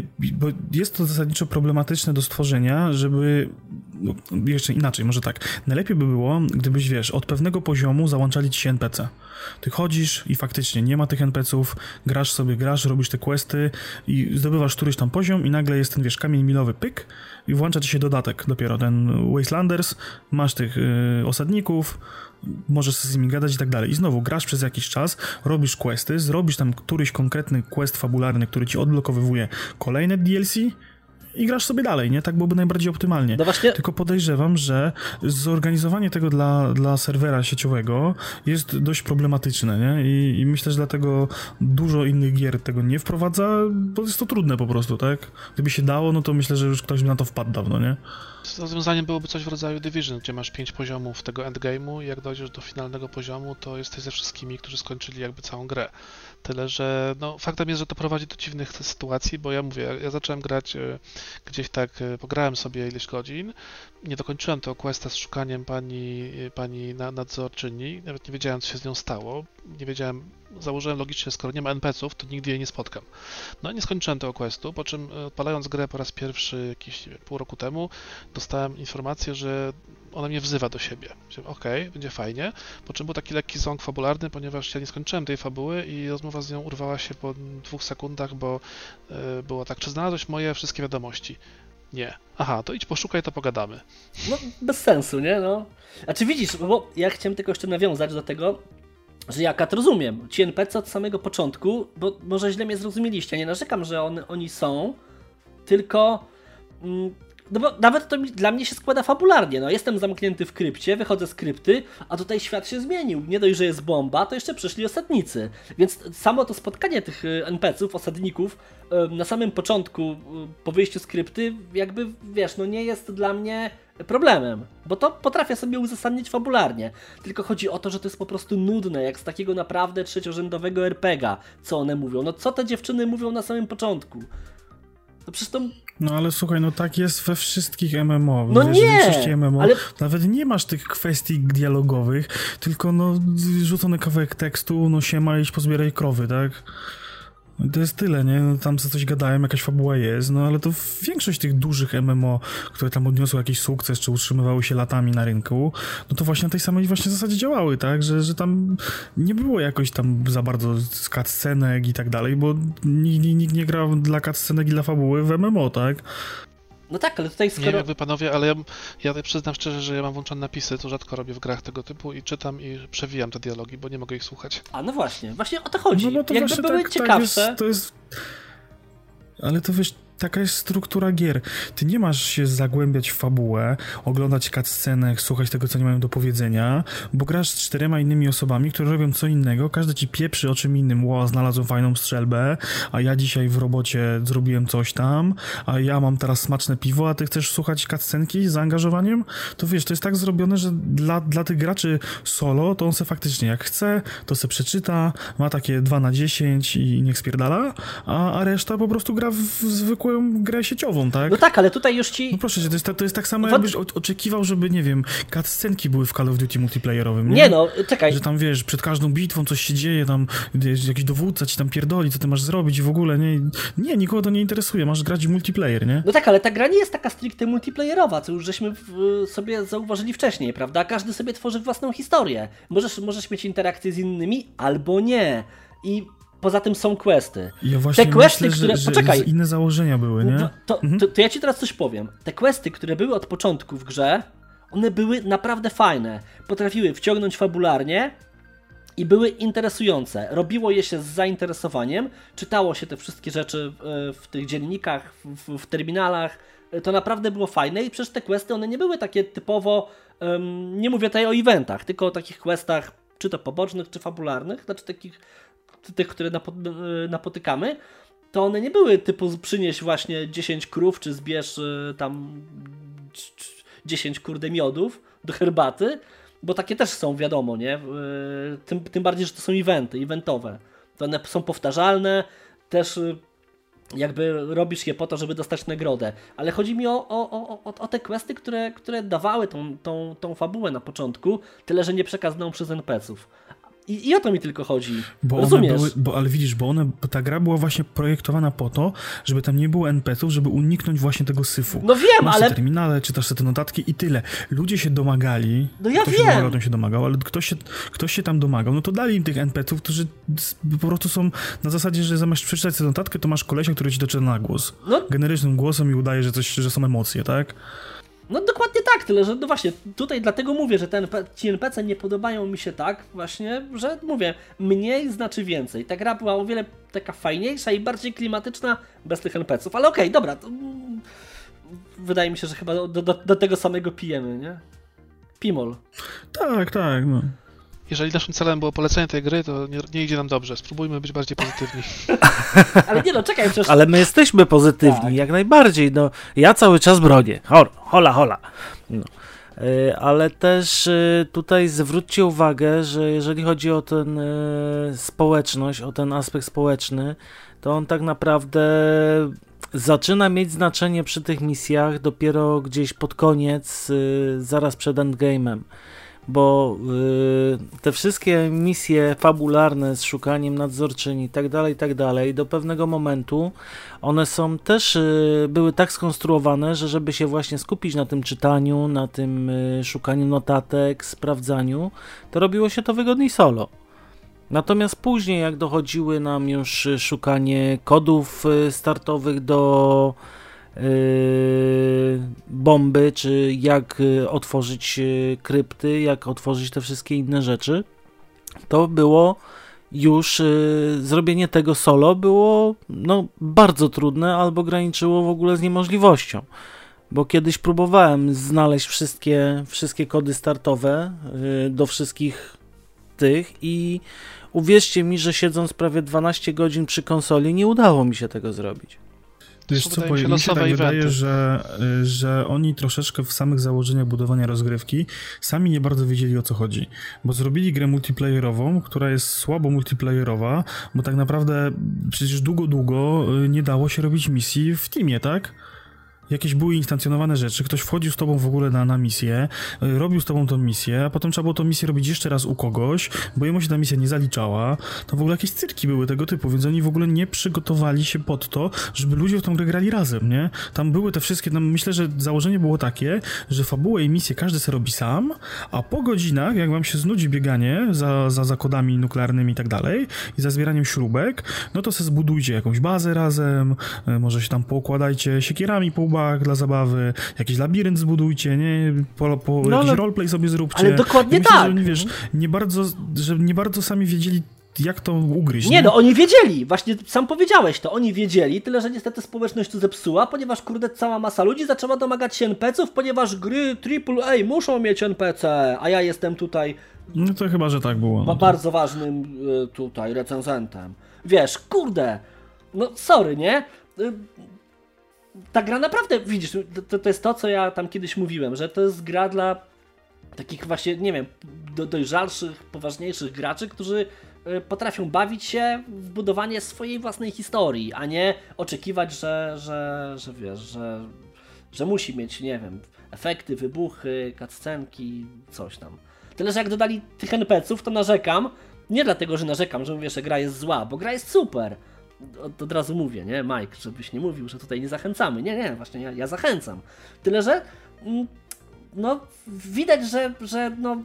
Bo jest to zasadniczo problematyczne do stworzenia, żeby... No, jeszcze inaczej, może tak. Najlepiej by było, gdybyś, wiesz, od pewnego poziomu załączali ci się en pe ce. Ty chodzisz i faktycznie nie ma tych en pe ce ów, grasz sobie, grasz, robisz te questy i zdobywasz któryś tam poziom i nagle jest ten, wiesz, kamień milowy, pyk i włącza ci się dodatek dopiero, ten Wastelanders, masz tych yy, osadników, możesz z nimi gadać i tak dalej. I znowu grasz przez jakiś czas, robisz questy, zrobisz tam któryś konkretny quest fabularny, który ci odblokowywuje kolejne D L C i grasz sobie dalej, nie? Tak byłoby najbardziej optymalnie. No właśnie... Tylko podejrzewam, że zorganizowanie tego dla, dla serwera sieciowego jest dość problematyczne, nie? I, I myślę, że dlatego dużo innych gier tego nie wprowadza, bo jest to trudne po prostu, tak? Gdyby się dało, no to myślę, że już ktoś by na to wpadł dawno, nie? Rozwiązaniem byłoby coś w rodzaju Division, gdzie masz pięć poziomów tego endgame'u i jak dojdziesz do finalnego poziomu, to jesteś ze wszystkimi, którzy skończyli jakby całą grę. Tyle, że no, faktem jest, że to prowadzi do dziwnych sytuacji, bo ja mówię, ja zacząłem grać e, gdzieś tak, e, pograłem sobie ileś godzin, nie dokończyłem tego questa z szukaniem pani, pani na, nadzorczyni, nawet nie wiedziałem, co się z nią stało, nie wiedziałem, założyłem logicznie, skoro nie ma en pe ce ów, to nigdy jej nie spotkam. No i nie skończyłem tego questu, po czym odpalając grę po raz pierwszy jakieś nie wiem, pół roku temu, dostałem informację, że ona mnie wzywa do siebie. Okej, okay, będzie fajnie, po czym był taki lekki ząg fabularny, ponieważ ja nie skończyłem tej fabuły i rozmowa z nią urwała się po dwóch sekundach, bo yy, było tak, czy znalazłeś moje wszystkie wiadomości? Nie. Aha, to idź poszukaj, to pogadamy. No, bez sensu, nie? No. A czy widzisz, bo ja chciałem tylko jeszcze nawiązać do tego, że ja kat rozumiem. Ci en pe ce od samego początku, bo może źle mnie zrozumieliście, nie narzekam, że on, oni są, tylko... Mm, no bo nawet to mi, dla mnie się składa fabularnie. No, jestem zamknięty w krypcie, wychodzę z krypty, a tutaj świat się zmienił. Nie dość, że jest bomba, to jeszcze przyszli osadnicy. Więc samo to spotkanie tych en pe ce ów, osadników, na samym początku, po wyjściu z krypty, jakby, wiesz, no nie jest dla mnie problemem. Bo to potrafię sobie uzasadnić fabularnie. Tylko chodzi o to, że to jest po prostu nudne, jak z takiego naprawdę trzeciorzędowego er pe ga, co one mówią. No co te dziewczyny mówią na samym początku? No przecież to... No ale słuchaj, no tak jest we wszystkich em em o. No wiesz, nie! W większości em em o ale... nawet nie masz tych kwestii dialogowych, tylko no rzucony kawałek tekstu, no siema, idź pozbieraj krowy, tak? No to jest tyle, nie? No, tam co coś gadają, jakaś fabuła jest, no ale to większość tych dużych M M O, które tam odniosły jakiś sukces, czy utrzymywały się latami na rynku, no to właśnie na tej samej właśnie zasadzie działały, tak? Że, że tam nie było jakoś tam za bardzo cutscenek i tak dalej, bo nikt, nikt nie gra dla cutscenek i dla fabuły w M M O, tak? No tak, ale tutaj skoro... Nie wiem jak wy panowie, ale ja, ja przyznam szczerze, że ja mam włączone napisy, to rzadko robię w grach tego typu i czytam i przewijam te dialogi, bo nie mogę ich słuchać. A no właśnie, właśnie o to chodzi. No bo to Jakby właśnie były tak, ciekawsze... Tak jest, to jest... Ale to wiesz, taka jest struktura gier. Ty nie masz się zagłębiać w fabułę, oglądać cutscenek, słuchać tego, co nie mają do powiedzenia, bo grasz z czterema innymi osobami, które robią co innego, każdy ci pieprzy o czym innym. Ło, znalazłem fajną strzelbę, a ja dzisiaj w robocie zrobiłem coś tam, a ja mam teraz smaczne piwo, a ty chcesz słuchać cutscenki z zaangażowaniem? To wiesz, to jest tak zrobione, że dla, dla tych graczy solo, to on se faktycznie jak chce, to se przeczyta, ma takie dwa na dziesięć i niech spierdala, a, a reszta po prostu gra w, w zwykłą grę sieciową, tak? No tak, ale tutaj już ci... No proszę cię, to jest, to jest tak samo, Wod... jakbyś oczekiwał, żeby, nie wiem, cutscenki były w Call of Duty multiplayerowym, nie? Nie no, czekaj. Że tam, wiesz, przed każdą bitwą coś się dzieje, tam wiesz, jakiś dowódca ci tam pierdoli, co ty masz zrobić i w ogóle, nie? Nie, nikogo to nie interesuje, masz grać w multiplayer, nie? No tak, ale ta gra nie jest taka stricte multiplayerowa, co już żeśmy w, sobie zauważyli wcześniej, prawda? Każdy sobie tworzy własną historię. Możesz, możesz mieć interakcje z innymi, albo nie. I poza tym są questy. Ja właśnie te questy, myślę, które... że, że Poczekaj. inne założenia były, nie? No, to, mhm. to, to ja ci teraz coś powiem. Te questy, które były od początku w grze, one były naprawdę fajne. Potrafiły wciągnąć fabularnie i były interesujące. Robiło je się z zainteresowaniem, czytało się te wszystkie rzeczy w, w tych dziennikach, w, w terminalach. To naprawdę było fajne i przecież te questy, one nie były takie typowo, um, nie mówię tutaj o eventach, tylko o takich questach, czy to pobocznych, czy fabularnych, znaczy takich, tych, które napo napotykamy, to one nie były typu przynieś właśnie dziesięć krów, czy zbierz y, tam dziesięć kurde miodów do herbaty, bo takie też są, wiadomo, nie? Y, tym, tym bardziej, że to są eventy, eventowe. To one są powtarzalne, też y, jakby robisz je po to, żeby dostać nagrodę. Ale chodzi mi o, o, o, o te questy, które, które dawały tą, tą, tą fabułę na początku, tyle, że nie przekazaną przez en pe ce ów. I, I o to mi tylko chodzi. Bo Rozumiesz? One były, bo, ale widzisz, bo, one, bo ta gra była właśnie projektowana po to, żeby tam nie było en pe ce ów, żeby uniknąć właśnie tego syfu. No wiem, Masz ale... te terminale, czytasz sobie te notatki i tyle. Ludzie się domagali. No ja ktoś wiem. Się domagał, ten się domagał, ale ktoś się, ktoś się tam domagał, no to dali im tych en pe ce ów, którzy po prostu są na zasadzie, że zamiast przeczytać tę notatkę, to masz kolesia, który ci doczyta na głos. No. Generycznym głosem i udaje, że, coś, że są emocje, tak? No dokładnie tak, tyle, że no właśnie tutaj dlatego mówię, że ten, ci en pe ce nie podobają mi się tak właśnie, że mówię, mniej znaczy więcej. Ta gra była o wiele taka fajniejsza i bardziej klimatyczna bez tych en pe ce ów, ale okej, okay, dobra, to, mm, wydaje mi się, że chyba do, do, do tego samego pijemy, nie? Pimol. Tak, tak, no. Jeżeli naszym celem było polecenie tej gry, to nie, nie idzie nam dobrze. Spróbujmy być bardziej pozytywni. Ale nie no, czekaj przecież... Ale my jesteśmy pozytywni, tak. Jak najbardziej. No, ja cały czas bronię. Hol, hola, hola. No. Yy, ale też yy, tutaj zwróćcie uwagę, że jeżeli chodzi o tę yy, społeczność, o ten aspekt społeczny, to on tak naprawdę zaczyna mieć znaczenie przy tych misjach dopiero gdzieś pod koniec, yy, zaraz przed endgame'em. Bo yy, te wszystkie misje fabularne z szukaniem nadzorczyni i tak dalej, i tak dalej, do pewnego momentu one są też, yy, były tak skonstruowane, że żeby się właśnie skupić na tym czytaniu, na tym yy, szukaniu notatek, sprawdzaniu, to robiło się to wygodniej solo. Natomiast później, jak dochodziły nam już szukanie kodów yy, startowych do Yy, bomby, czy jak yy, otworzyć yy, krypty, jak otworzyć te wszystkie inne rzeczy, to było już yy, zrobienie tego solo było no, bardzo trudne albo graniczyło w ogóle z niemożliwością, bo kiedyś próbowałem znaleźć wszystkie, wszystkie kody startowe yy, do wszystkich tych i uwierzcie mi, że siedząc prawie dwanaście godzin przy konsoli nie udało mi się tego zrobić. Wiesz co, bo mi się tak wydaje, że, że oni troszeczkę w samych założeniach budowania rozgrywki sami nie bardzo wiedzieli, o co chodzi. Bo zrobili grę multiplayerową, która jest słabo multiplayerowa, bo tak naprawdę przecież długo, długo nie dało się robić misji w teamie, tak? jakieś były instancjonowane rzeczy, ktoś wchodził z tobą w ogóle na, na misję, y, robił z tobą tą misję, a potem trzeba było tą misję robić jeszcze raz u kogoś, bo jemu się ta misja nie zaliczała. To w ogóle jakieś cyrki były tego typu, więc oni w ogóle nie przygotowali się pod to, żeby ludzie w tą grę grali razem, nie? Tam były te wszystkie, tam myślę, że założenie było takie, że fabułę i misję każdy se robi sam, a po godzinach, jak wam się znudzi bieganie za, za, za kodami nuklearnymi i tak dalej i za zbieraniem śrubek, no to se zbudujcie jakąś bazę razem, y, może się tam poukładajcie siekierami po łbach dla zabawy, jakiś labirynt zbudujcie, nie? Po, po, no, jakiś ale... roleplay sobie zróbcie. Ale dokładnie myślę, tak. Że oni, wiesz, nie bardzo, że nie bardzo sami wiedzieli, jak to ugryźć. Nie, nie, no oni wiedzieli, właśnie sam powiedziałeś to, oni wiedzieli, tyle że niestety społeczność to zepsuła, ponieważ kurde cała masa ludzi zaczęła domagać się en pe ce ów, ponieważ gry triple A muszą mieć en pe ce, a ja jestem tutaj No to chyba, że tak było. ba- bardzo ważnym y, tutaj recenzentem. Wiesz, kurde, no sorry, nie? Y, Ta gra naprawdę, widzisz, to, to jest to, co ja tam kiedyś mówiłem, że to jest gra dla takich właśnie, nie wiem, do, dojrzalszych, poważniejszych graczy, którzy y, potrafią bawić się w budowanie swojej własnej historii, a nie oczekiwać, że, że, że wiesz, że, że musi mieć, nie wiem, efekty, wybuchy, cutscenki, coś tam. Tyle, że jak dodali tych en pe ce ów, to narzekam, nie dlatego, że narzekam, że mówię, że gra jest zła, bo gra jest super. Od, od razu mówię, nie, Mike, żebyś nie mówił, że tutaj nie zachęcamy. Nie, nie, właśnie ja, ja zachęcam. Tyle, że mm, no widać, że, że no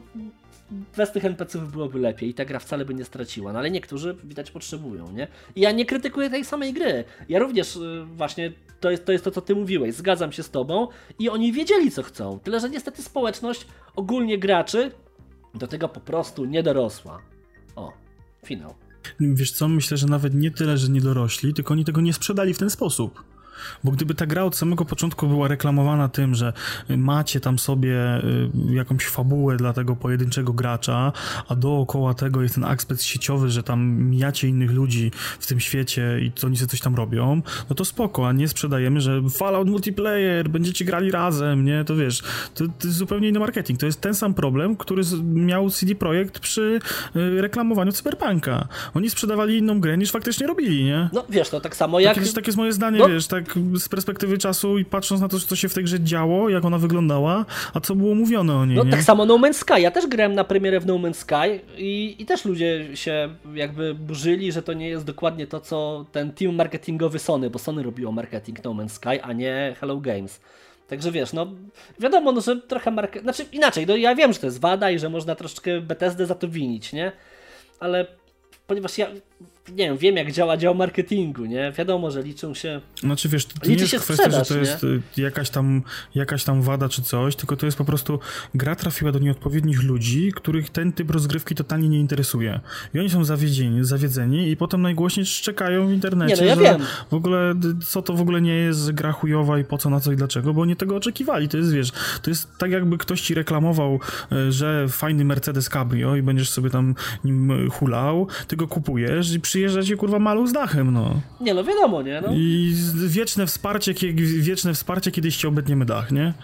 bez tych en pe ce ów byłoby lepiej i ta gra wcale by nie straciła, no ale niektórzy widać potrzebują, nie? I ja nie krytykuję tej samej gry. Ja również y, właśnie to jest, to jest to, co ty mówiłeś, zgadzam się z tobą i oni wiedzieli, co chcą. Tyle, że niestety społeczność, ogólnie graczy, do tego po prostu nie dorosła. O, finał. Wiesz co, myślę, że nawet nie tyle, że nie dorośli, tylko oni tego nie sprzedali w ten sposób. Bo gdyby ta gra od samego początku była reklamowana tym, że macie tam sobie jakąś fabułę dla tego pojedynczego gracza, a dookoła tego jest ten aspekt sieciowy, że tam mijacie innych ludzi w tym świecie i to oni sobie coś tam robią, no to spoko, a nie sprzedajemy, że Fallout multiplayer, będziecie grali razem, nie? To wiesz, to, to jest zupełnie inny marketing. To jest ten sam problem, który miał C D Projekt przy reklamowaniu Cyberpunka. Oni sprzedawali inną grę niż faktycznie robili, nie? No wiesz, to tak samo jak... Takie, takie jest moje zdanie, no. wiesz, tak z perspektywy czasu i patrząc na to, co się w tej grze działo, jak ona wyglądała, a co było mówione o niej, No nie? tak samo No Man's Sky. Ja też grałem na premierę w No Man's Sky i, i też ludzie się jakby burzyli, że to nie jest dokładnie to, co ten team marketingowy Sony, bo Sony robiło marketing No Man's Sky, a nie Hello Games. Także wiesz, no wiadomo, no, że trochę market... Znaczy inaczej, no ja wiem, że to jest wada i że można troszeczkę Bethesdę za to winić, nie? Ale ponieważ ja nie wiem, wiem jak działa dział marketingu, nie? Wiadomo, że liczą się... Znaczy wiesz, to, to liczy nie jest się kwestia, sprzedaż, że to jest nie? jakaś tam, jakaś tam wada czy coś, tylko to jest po prostu gra trafiła do nieodpowiednich ludzi, których ten typ rozgrywki totalnie nie interesuje. I oni są zawiedzeni, zawiedzeni i potem najgłośniej szczekają w internecie, nie, no ja że wiem. w ogóle co to w ogóle nie jest gra chujowa i po co, na co i dlaczego, bo oni tego oczekiwali. To jest, wiesz, to jest tak jakby ktoś ci reklamował, że fajny Mercedes Cabrio i będziesz sobie tam nim hulał, ty go kupujesz i przyjeżdża ci kurwa maluch z dachem, no. Nie, no wiadomo, nie? No. I wieczne wsparcie, wieczne wsparcie, kiedyś ci obetniemy dach, nie?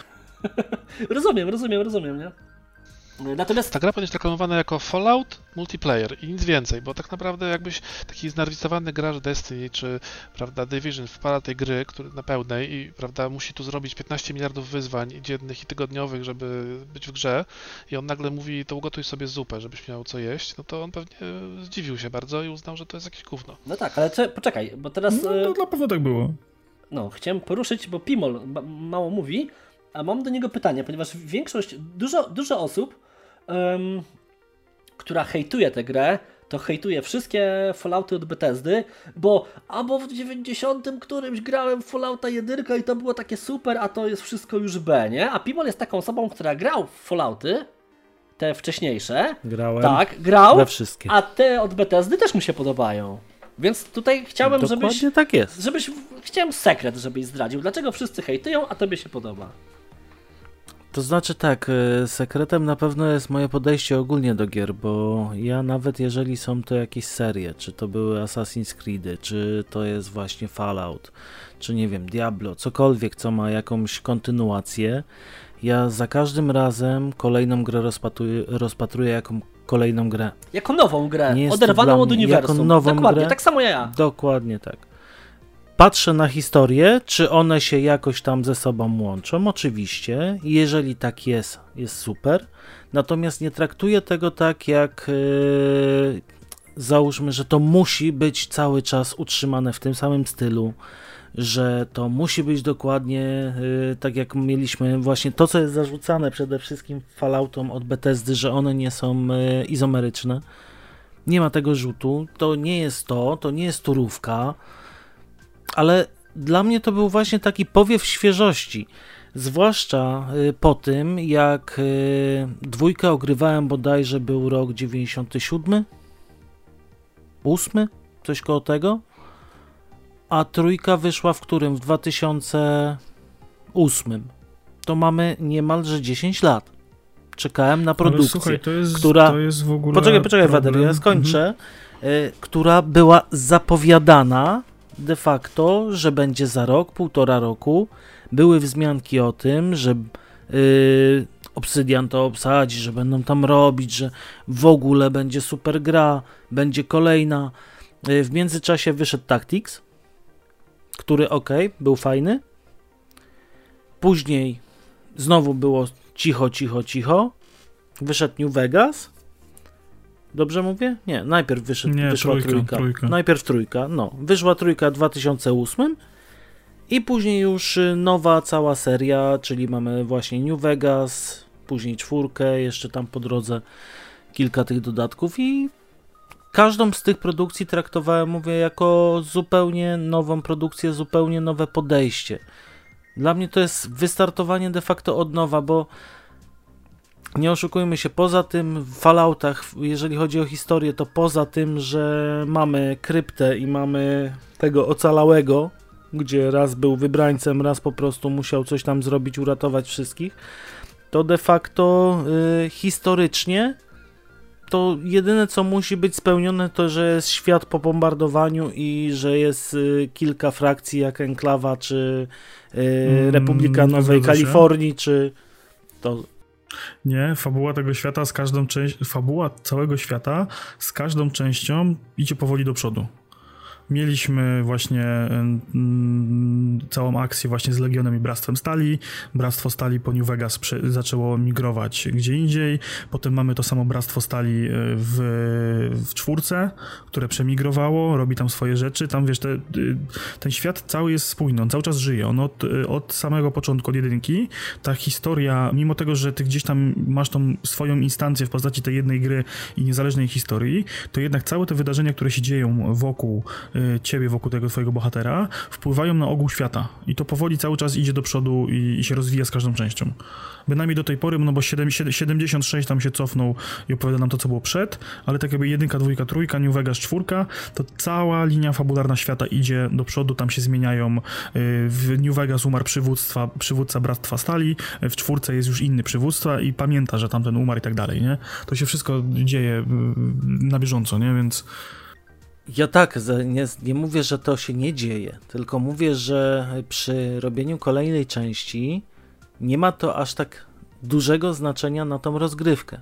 rozumiem, rozumiem, rozumiem, nie? Natomiast... Ta gra powinna być reklamowana jako Fallout multiplayer i nic więcej, bo tak naprawdę jakbyś taki znerwicowany gracz Destiny czy prawda, Division wpada tej gry, który na pełnej i prawda, musi tu zrobić piętnaście miliardów wyzwań dziennych i tygodniowych, żeby być w grze i on nagle mówi, to ugotuj sobie zupę, żebyś miał co jeść, no to on pewnie zdziwił się bardzo i uznał, że to jest jakieś gówno. No tak, ale cze- poczekaj, bo teraz... No, no na pewno tak było. No, chciałem poruszyć, bo Pimol mało mówi, a mam do niego pytanie, ponieważ większość, dużo, dużo osób, um, która hejtuje tę grę, to hejtuje wszystkie Fallouty od Bethesdy, bo albo w dziewięćdziesiątym którymś grałem w Fallouta jeden i to było takie super, a to jest wszystko już B, nie? A Pimol jest taką osobą, która grał w Fallouty, te wcześniejsze. Grałem. Tak, grał, we wszystkie. a te od Bethesdy też mu się podobają. Więc tutaj chciałem, Dokładnie żebyś... tak jest. Żebyś... Chciałem sekret, żebyś zdradził. Dlaczego wszyscy hejtują, a tobie się podoba? To znaczy tak, sekretem na pewno jest moje podejście ogólnie do gier, bo ja nawet jeżeli są to jakieś serie, czy to były Assassin's Creedy, czy to jest właśnie Fallout, czy nie wiem, Diablo, cokolwiek, co ma jakąś kontynuację, ja za każdym razem kolejną grę rozpatruję, rozpatruję jako kolejną grę. Jako nową grę, Nie jest oderwaną to od dla mnie, uniwersum. jako nową Dokładnie, grę, tak samo ja. Dokładnie tak. patrzę na historię, czy one się jakoś tam ze sobą łączą, oczywiście, jeżeli tak jest, jest super, natomiast nie traktuję tego tak jak yy, załóżmy, że to musi być cały czas utrzymane w tym samym stylu, że to musi być dokładnie yy, tak jak mieliśmy właśnie to, co jest zarzucane przede wszystkim Falloutom od Bethesdy, że one nie są yy, izomeryczne. Nie ma tego rzutu, to nie jest to, to nie jest turówka, ale dla mnie to był właśnie taki powiew świeżości, zwłaszcza yy, po tym, jak yy, dwójkę ogrywałem bodajże był rok dziewięćdziesiąty siódmy, ósmy, coś koło tego, a trójka wyszła w którym? W dwa tysiące ósmym. To mamy niemalże dziesięć lat. Czekałem na produkcję, słuchaj, to jest, która... To jest w ogóle poczekaj, poczekaj, Wader, ja skończę. Mhm. Y, która była zapowiadana de facto, że będzie za rok, półtora roku. Były wzmianki o tym, że y, Obsydian to obsadzi, że będą tam robić, że w ogóle będzie super gra, będzie kolejna. Y, w międzyczasie wyszedł Tactics, który ok, był fajny. Później znowu było cicho, cicho, cicho. Wyszedł New Vegas. Dobrze mówię? Nie, najpierw wyszedł, Nie, wyszła trójka, trójka. trójka. Najpierw trójka, no. Wyszła trójka w dwa tysiące ósmym i później już nowa cała seria, czyli mamy właśnie New Vegas, później czwórkę, jeszcze tam po drodze kilka tych dodatków i każdą z tych produkcji traktowałem, mówię, jako zupełnie nową produkcję, zupełnie nowe podejście. Dla mnie to jest wystartowanie de facto od nowa, bo nie oszukujmy się, poza tym w Falloutach, jeżeli chodzi o historię, to poza tym, że mamy kryptę i mamy tego ocalałego, gdzie raz był wybrańcem, raz po prostu musiał coś tam zrobić, uratować wszystkich, to de facto y, historycznie to jedyne, co musi być spełnione, to, że jest świat po bombardowaniu i że jest y, kilka frakcji, jak Enklawa, czy y, mm, Republika Nowej Kalifornii, czy to... Nie, fabuła tego świata z każdą częścią, fabuła całego świata z każdą częścią idzie powoli do przodu. Mieliśmy właśnie mm, całą akcję właśnie z Legionem i Bractwem Stali. Bractwo Stali po New Vegas przy, zaczęło migrować gdzie indziej. Potem mamy to samo Bractwo Stali w, w czwórce, które przemigrowało, robi tam swoje rzeczy. Tam wiesz, te, ten świat cały jest spójny, on cały czas żyje. On od, od samego początku, od jedynki, ta historia, mimo tego, że ty gdzieś tam masz tą swoją instancję w postaci tej jednej gry i niezależnej historii, to jednak całe te wydarzenia, które się dzieją wokół ciebie, wokół tego twojego bohatera, wpływają na ogół świata. I to powoli cały czas idzie do przodu i, i się rozwija z każdą częścią. Bynajmniej do tej pory, no bo siedemdziesiąt sześć tam się cofnął i opowiada nam to, co było przed, ale tak jakby jedynka, dwójka, trójka, New Vegas, czwórka, to cała linia fabularna świata idzie do przodu, tam się zmieniają. W New Vegas umarł przywództwa, przywódca Bractwa Stali, w czwórce jest już inny przywództwa i pamięta, że tamten umarł i tak dalej, nie? To się wszystko dzieje na bieżąco, nie? Więc ja tak, nie, nie mówię, że to się nie dzieje, tylko mówię, że przy robieniu kolejnej części nie ma to aż tak dużego znaczenia na tą rozgrywkę.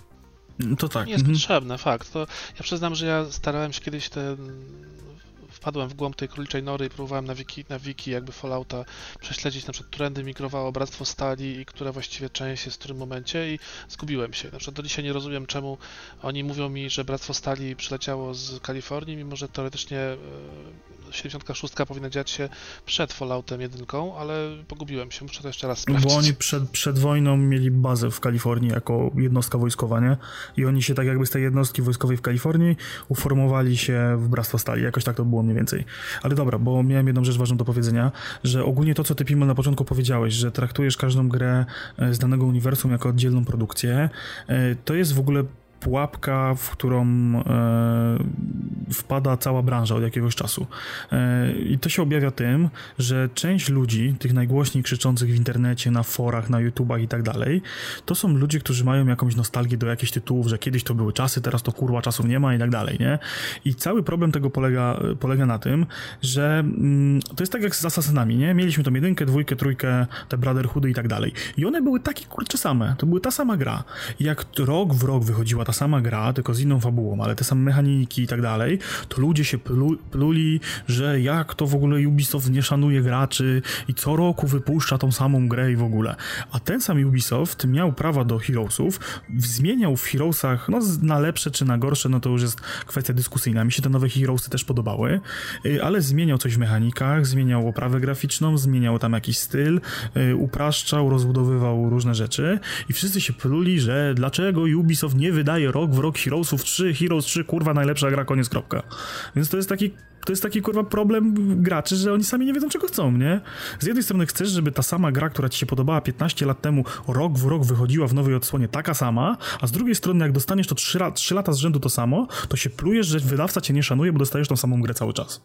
To tak. Nie jest mhm. potrzebne, fakt. To ja przyznam, że ja starałem się kiedyś ten... Wpadłem w głąb tej króliczej nory i próbowałem na wiki, na wiki jakby Fallouta prześledzić, na przykład, którędy migrowało Bractwo Stali i która właściwie część jest w którym momencie i zgubiłem się. Na przykład do dzisiaj nie rozumiem, czemu oni mówią mi, że Bractwo Stali przyleciało z Kalifornii, mimo że teoretycznie e, siedemdziesiątka szóstka powinna dziać się przed Falloutem jedynką, ale pogubiłem się, muszę to jeszcze raz sprawdzić. Bo oni przed, przed wojną mieli bazę w Kalifornii jako jednostka wojskowa, nie? I oni się tak jakby z tej jednostki wojskowej w Kalifornii uformowali się w Bractwo Stali. Jakoś tak to było mniej więcej. Ale dobra, bo miałem jedną rzecz ważną do powiedzenia, że ogólnie to, co ty, Pimol, na początku powiedziałeś, że traktujesz każdą grę z danego uniwersum jako oddzielną produkcję, to jest w ogóle pułapka, w którą e, wpada cała branża od jakiegoś czasu. E, I to się objawia tym, że część ludzi, tych najgłośniej krzyczących w internecie, na forach, na YouTubach i tak dalej, to są ludzie, którzy mają jakąś nostalgię do jakichś tytułów, że kiedyś to były czasy, teraz to kurwa czasów nie ma i tak dalej, nie? I cały problem tego polega, polega na tym, że mm, to jest tak jak z Assassinami, nie? Mieliśmy tą jedynkę, dwójkę, trójkę, te Brotherhoody i tak dalej. I one były takie kurcze same. To były ta sama gra. I jak rok w rok wychodziła ta sama gra, tylko z inną fabułą, ale te same mechaniki i tak dalej, to ludzie się plu, pluli, że jak to w ogóle Ubisoft nie szanuje graczy i co roku wypuszcza tą samą grę i w ogóle. A ten sam Ubisoft miał prawa do Heroesów, zmieniał w Heroesach, no na lepsze czy na gorsze, no to już jest kwestia dyskusyjna. Mi się te nowe Heroesy też podobały, ale zmieniał coś w mechanikach, zmieniał oprawę graficzną, zmieniał tam jakiś styl, upraszczał, rozbudowywał różne rzeczy i wszyscy się pluli, że dlaczego Ubisoft nie wydaje rok w rok Heroesów trzy, Heroes trzy, kurwa, najlepsza gra, koniec, kropka. Więc to jest taki To jest taki, kurwa, problem graczy, że oni sami nie wiedzą, czego chcą, nie? Z jednej strony chcesz, żeby ta sama gra, która ci się podobała piętnaście lat temu, rok w rok wychodziła w nowej odsłonie taka sama, a z drugiej strony, jak dostaniesz to trzy lata z rzędu to samo, to się plujesz, że wydawca cię nie szanuje, bo dostajesz tą samą grę cały czas.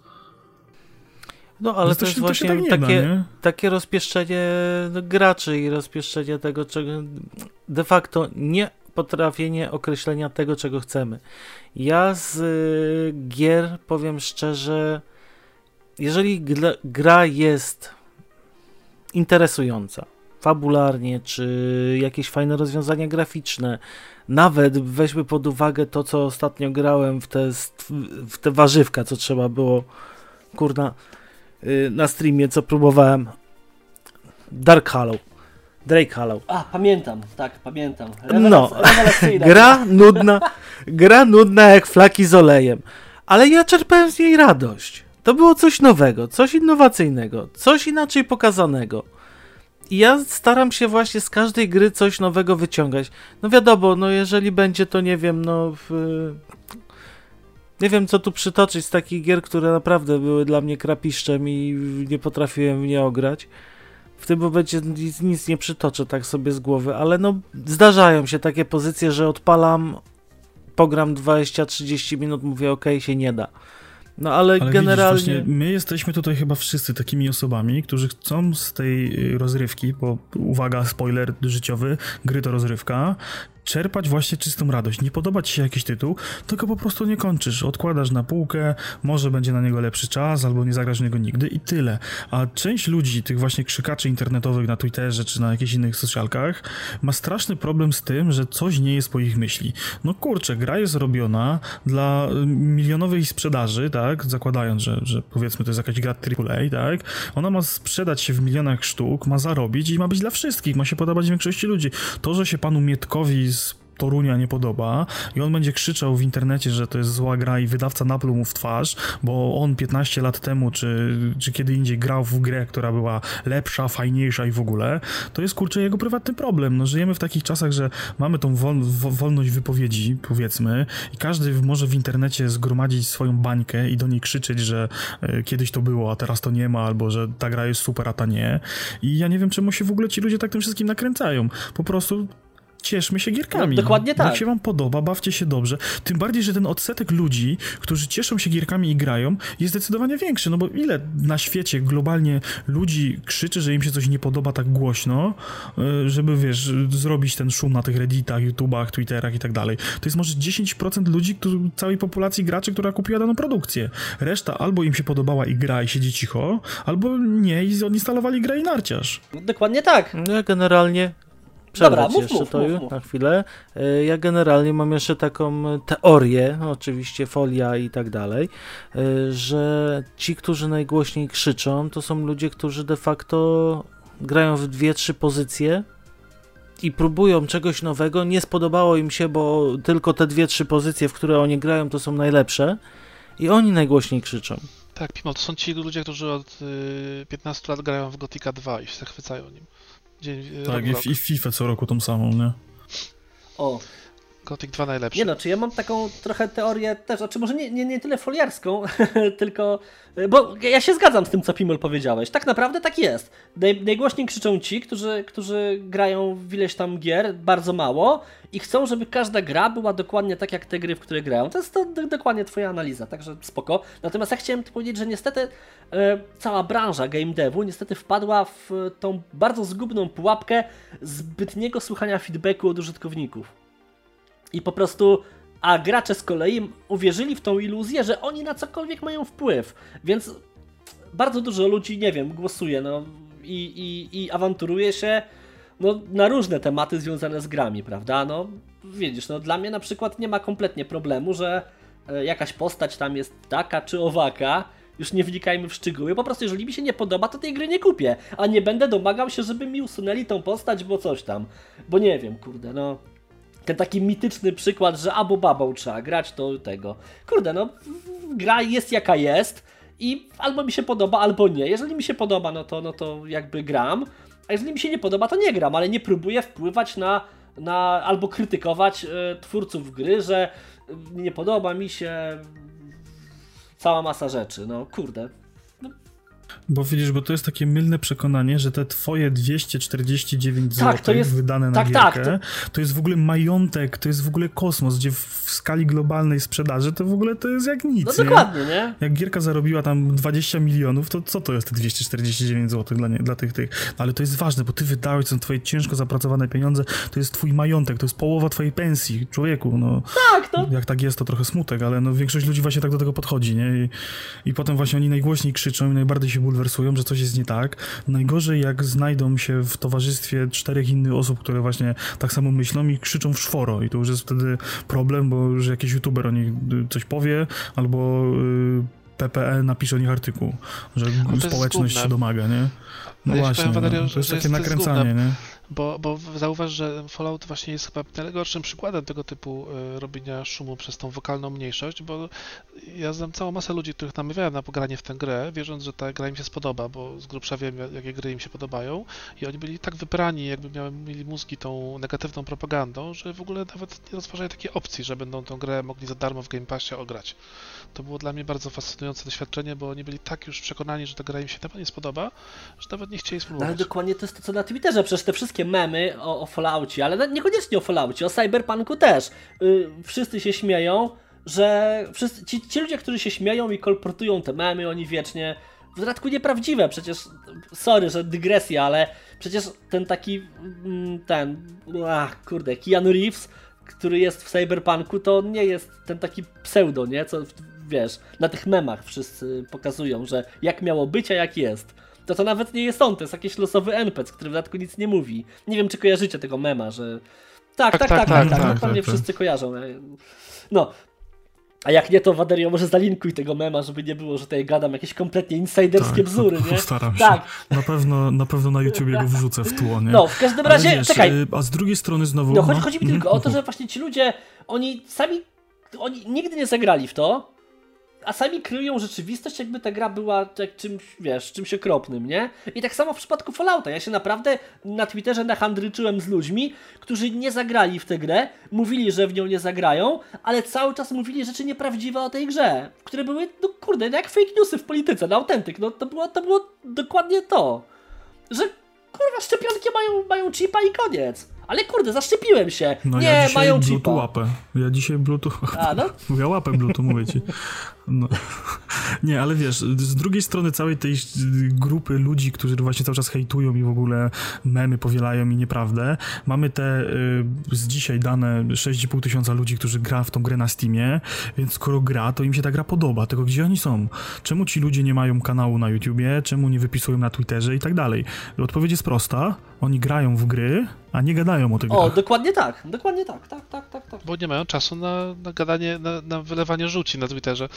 No, ale to, to jest właśnie tak takie, da, takie rozpieszczenie graczy i rozpieszczenie tego, czego de facto nie potrafienie określenia tego, czego chcemy. Ja z y, gier powiem szczerze, jeżeli gra, gra jest interesująca, fabularnie, czy jakieś fajne rozwiązania graficzne, nawet weźmy pod uwagę to, co ostatnio grałem w te, w te warzywka, co trzeba było, kurna, y, na streamie, co próbowałem, Dark Hollow. Drake Hollow. A, pamiętam, tak, pamiętam. Rewelac- no, gra nudna, gra nudna jak flaki z olejem, ale ja czerpałem z niej radość. To było coś nowego, coś innowacyjnego, coś inaczej pokazanego. I ja staram się właśnie z każdej gry coś nowego wyciągać. No wiadomo, no jeżeli będzie to, nie wiem, no... W... Nie wiem, co tu przytoczyć z takich gier, które naprawdę były dla mnie krapiszczem i nie potrafiłem w nie ograć. W tym momencie nic, nic nie przytoczę tak sobie z głowy, ale no zdarzają się takie pozycje, że odpalam, pogram dwadzieścia trzydzieści minut, mówię okej, okay, się nie da. No ale, ale generalnie... Widzisz, właśnie my jesteśmy tutaj chyba wszyscy takimi osobami, którzy chcą z tej rozrywki, bo uwaga, spoiler życiowy, gry to rozrywka, czerpać właśnie czystą radość. Nie podoba ci się jakiś tytuł, tylko po prostu nie kończysz. Odkładasz na półkę, może będzie na niego lepszy czas, albo nie zagrasz w niego nigdy i tyle. A część ludzi, tych właśnie krzykaczy internetowych na Twitterze, czy na jakichś innych socialkach, ma straszny problem z tym, że coś nie jest po ich myśli. No kurczę, gra jest robiona dla milionowej sprzedaży, tak? Zakładając, że, że powiedzmy to jest jakaś gra triple A, tak? Ona ma sprzedać się w milionach sztuk, ma zarobić i ma być dla wszystkich, ma się podobać większości ludzi. To, że się panu Mietkowi z Torunia nie podoba i on będzie krzyczał w internecie, że to jest zła gra i wydawca napluł mu w twarz, bo on piętnaście lat temu, czy, czy kiedy indziej grał w grę, która była lepsza, fajniejsza i w ogóle, to jest, kurczę, jego prywatny problem. No, żyjemy w takich czasach, że mamy tą wol, wolność wypowiedzi, powiedzmy, i każdy może w internecie zgromadzić swoją bańkę i do niej krzyczeć, że y, kiedyś to było, a teraz to nie ma, albo że ta gra jest super, a ta nie. I ja nie wiem, czemu się w ogóle ci ludzie tak tym wszystkim nakręcają. Po prostu cieszmy się gierkami. No, dokładnie tak. Jak się wam podoba, bawcie się dobrze. Tym bardziej, że ten odsetek ludzi, którzy cieszą się gierkami i grają, jest zdecydowanie większy. No bo ile na świecie globalnie ludzi krzyczy, że im się coś nie podoba tak głośno, żeby, wiesz, zrobić ten szum na tych Redditach, YouTubach, Twitterach i tak dalej. To jest może dziesięć procent ludzi, którzy, całej populacji graczy, która kupiła daną produkcję. Reszta albo im się podobała i gra i siedzi cicho, albo nie i odinstalowali grę i narciarz. Dokładnie tak. No, generalnie Dobra, mów, jeszcze mów, to mów, mów. Na chwilę. Ja generalnie mam jeszcze taką teorię, oczywiście folia i tak dalej, że ci, którzy najgłośniej krzyczą, to są ludzie, którzy de facto grają w dwie, trzy pozycje i próbują czegoś nowego. Nie spodobało im się, bo tylko te dwie, trzy pozycje, w które oni grają, to są najlepsze i oni najgłośniej krzyczą. Tak, Pimol, to są ci ludzie, którzy od y, piętnastu lat grają w Gothica dwa i się zachwycają nim. Dzień, tak, rok, i, i w FIFA co roku tą samą, nie? O. Gothic dwa najlepszy. Nie no, czy ja mam taką trochę teorię też, znaczy może nie, nie, nie tyle foliarską, tylko, bo ja się zgadzam z tym, co Pimol powiedziałeś. Tak naprawdę tak jest. Naj, najgłośniej krzyczą ci, którzy, którzy grają w ileś tam gier, bardzo mało i chcą, żeby każda gra była dokładnie tak, jak te gry, w które grają. To jest to do, dokładnie twoja analiza, także spoko. Natomiast ja chciałem powiedzieć, że niestety e, cała branża game devu niestety wpadła w tą bardzo zgubną pułapkę zbytniego słuchania feedbacku od użytkowników. I po prostu, a gracze z kolei uwierzyli w tą iluzję, że oni na cokolwiek mają wpływ, więc bardzo dużo ludzi, nie wiem, głosuje no, i, i, i awanturuje się no, na różne tematy związane z grami, prawda? No, widzisz, no, dla mnie na przykład nie ma kompletnie problemu, że jakaś postać tam jest taka czy owaka, już nie wnikajmy w szczegóły, po prostu jeżeli mi się nie podoba, to tej gry nie kupię, a nie będę domagał się, żeby mi usunęli tą postać, bo coś tam, bo nie wiem, kurde, no... Ten taki mityczny przykład, że albo babą trzeba grać, to tego. Kurde, no, gra jest jaka jest i albo mi się podoba, albo nie. Jeżeli mi się podoba, no to, no to jakby gram, a jeżeli mi się nie podoba, to nie gram, ale nie próbuję wpływać na, na albo krytykować y, twórców gry, że y, nie podoba mi się cała masa rzeczy. No, kurde. No. Bo widzisz, bo to jest takie mylne przekonanie, że te twoje dwieście czterdzieści dziewięć tak, złotych jest, wydane na tak, gierkę, tak, to... to jest w ogóle majątek, to jest w ogóle kosmos, gdzie w, w skali globalnej sprzedaży to w ogóle to jest jak nic. No nie? dokładnie, nie? Jak gierka zarobiła tam dwadzieścia milionów, to co to jest te dwieście czterdzieści dziewięć złotych dla, nie, dla tych, tych? Ale to jest ważne, bo ty wydałeś, to są twoje ciężko zapracowane pieniądze, to jest twój majątek, to jest połowa twojej pensji, człowieku, no. Tak, to... Jak tak jest, to trochę smutek, ale no większość ludzi właśnie tak do tego podchodzi, nie? I, i potem właśnie oni najgłośniej krzyczą i najbardziej się bulwersują, że coś jest nie tak. Najgorzej jak znajdą się w towarzystwie czterech innych osób, które właśnie tak samo myślą i krzyczą w szworo i to już jest wtedy problem, bo już jakiś youtuber o nich coś powie, albo y, P P E napisze o nich artykuł, że społeczność się domaga, nie? No ja właśnie, powiem, Valerio, no, to jest takie jest nakręcanie, nie? Bo, bo zauważ, że Fallout właśnie jest chyba najgorszym przykładem tego typu y, robienia szumu przez tą wokalną mniejszość, bo ja znam całą masę ludzi, których namawiałem na pogranie w tę grę, wierząc, że ta gra im się spodoba, bo z grubsza wiem, jakie gry im się podobają i oni byli tak wybrani, jakby miały, mieli mózgi tą negatywną propagandą, że w ogóle nawet nie rozważają takiej opcji, że będą tę grę mogli za darmo w Game Passie ograć. To było dla mnie bardzo fascynujące doświadczenie, bo oni byli tak już przekonani, że ta gra im się nawet nie spodoba, że nawet nie chcieli spróbować. No ale dokładnie to jest to, co na Twitterze, przecież te wszystkie memy o, o Falloutie, ale niekoniecznie o Falloutie, o Cyberpunku też. Yy, wszyscy się śmieją, że wszyscy, ci, ci ludzie, którzy się śmieją i kolportują te memy, oni wiecznie, w dodatku nieprawdziwe, przecież, sorry, że dygresja, ale przecież ten taki, ten, ach, kurde, Keanu Reeves, który jest w Cyberpunku, to nie jest ten taki pseudo, nie, co, wiesz, na tych memach wszyscy pokazują, że jak miało być, a jak jest. To to nawet nie jest on, to jest jakiś losowy N P C, który w dodatku nic nie mówi. Nie wiem, czy kojarzycie tego mema, że... Tak, tak, tak, tak, tak, tak, tak, tak, tak wszyscy kojarzą. No. A jak nie, to Waderio może zalinkuj tego mema, żeby nie było, że tutaj gadam jakieś kompletnie insiderskie tak, bzdury, nie? Postaram się. Tak. Na pewno, na pewno na YouTubie go wrzucę w tło, nie? No, w każdym razie, wiesz, czekaj. A z drugiej strony znowu... No, chodzi, chodzi mi tylko o to, że właśnie ci ludzie, oni sami, oni nigdy nie zagrali w to, a sami kryją rzeczywistość, jakby ta gra była jak czymś, wiesz, czymś okropnym, nie? I tak samo w przypadku Fallouta. Ja się naprawdę na Twitterze nahandryczyłem z ludźmi, którzy nie zagrali w tę grę, mówili, że w nią nie zagrają, ale cały czas mówili rzeczy nieprawdziwe o tej grze, które były, no kurde, no jak fake newsy w polityce, na autentyk. No to było, to było dokładnie to, że kurwa szczepionki mają, mają chipa i koniec. Ale kurde, zaszczepiłem się. No nie, ja mają dzisiaj chipa. łapę. Ja dzisiaj Bluetooth... A, no? Ja łapę Bluetooth, mówię ci. No. Nie, ale wiesz, z drugiej strony całej tej grupy ludzi, którzy właśnie cały czas hejtują i w ogóle memy powielają i nieprawdę, mamy te y, z dzisiaj dane sześć i pół tysiąca ludzi, którzy gra w tą grę na Steamie, więc skoro gra, to im się ta gra podoba. Tylko gdzie oni są? Czemu ci ludzie nie mają kanału na YouTubie? Czemu nie wypisują na Twitterze i tak dalej? Odpowiedź jest prosta. Oni grają w gry, a nie gadają o tych grach. O, dokładnie tak, dokładnie tak, tak, tak, tak, tak. Bo nie mają czasu na, na gadanie, na, na wylewanie żółci na Twitterze.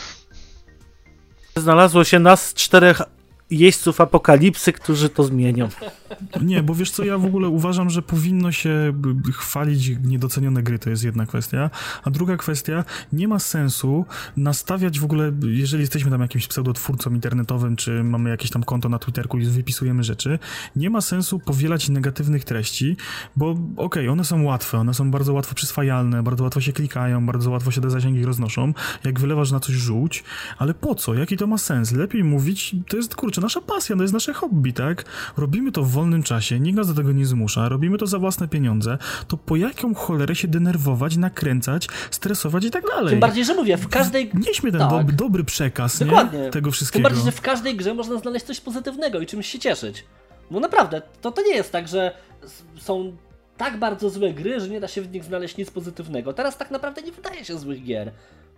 Znalazło się nas czterech jeźdźców apokalipsy, którzy to zmienią. Nie, bo wiesz co, ja w ogóle uważam, że powinno się chwalić niedocenione gry, to jest jedna kwestia, a druga kwestia, nie ma sensu nastawiać w ogóle, jeżeli jesteśmy tam jakimś pseudotwórcą internetowym, czy mamy jakieś tam konto na Twitterku i wypisujemy rzeczy, nie ma sensu powielać negatywnych treści, bo okej, okay, one są łatwe, one są bardzo łatwo przyswajalne, bardzo łatwo się klikają, bardzo łatwo się te zasięgi roznoszą, jak wylewasz na coś żółć, ale po co? Jaki to ma sens? Lepiej mówić, to jest, kurczę, nasza pasja, to jest nasze hobby, tak? Robimy to w wolnym czasie, nikt nas do tego nie zmusza, robimy to za własne pieniądze, to po jaką cholerę się denerwować, nakręcać, stresować i tak dalej? Tym bardziej, że mówię, w każdej... Nieśmy ten tak. dob- dobry przekaz, Dokładnie. nie? Tego wszystkiego. Tym bardziej, że w każdej grze można znaleźć coś pozytywnego i czymś się cieszyć. No naprawdę, to, to nie jest tak, że są tak bardzo złe gry, że nie da się w nich znaleźć nic pozytywnego. Teraz tak naprawdę nie wydaje się złych gier.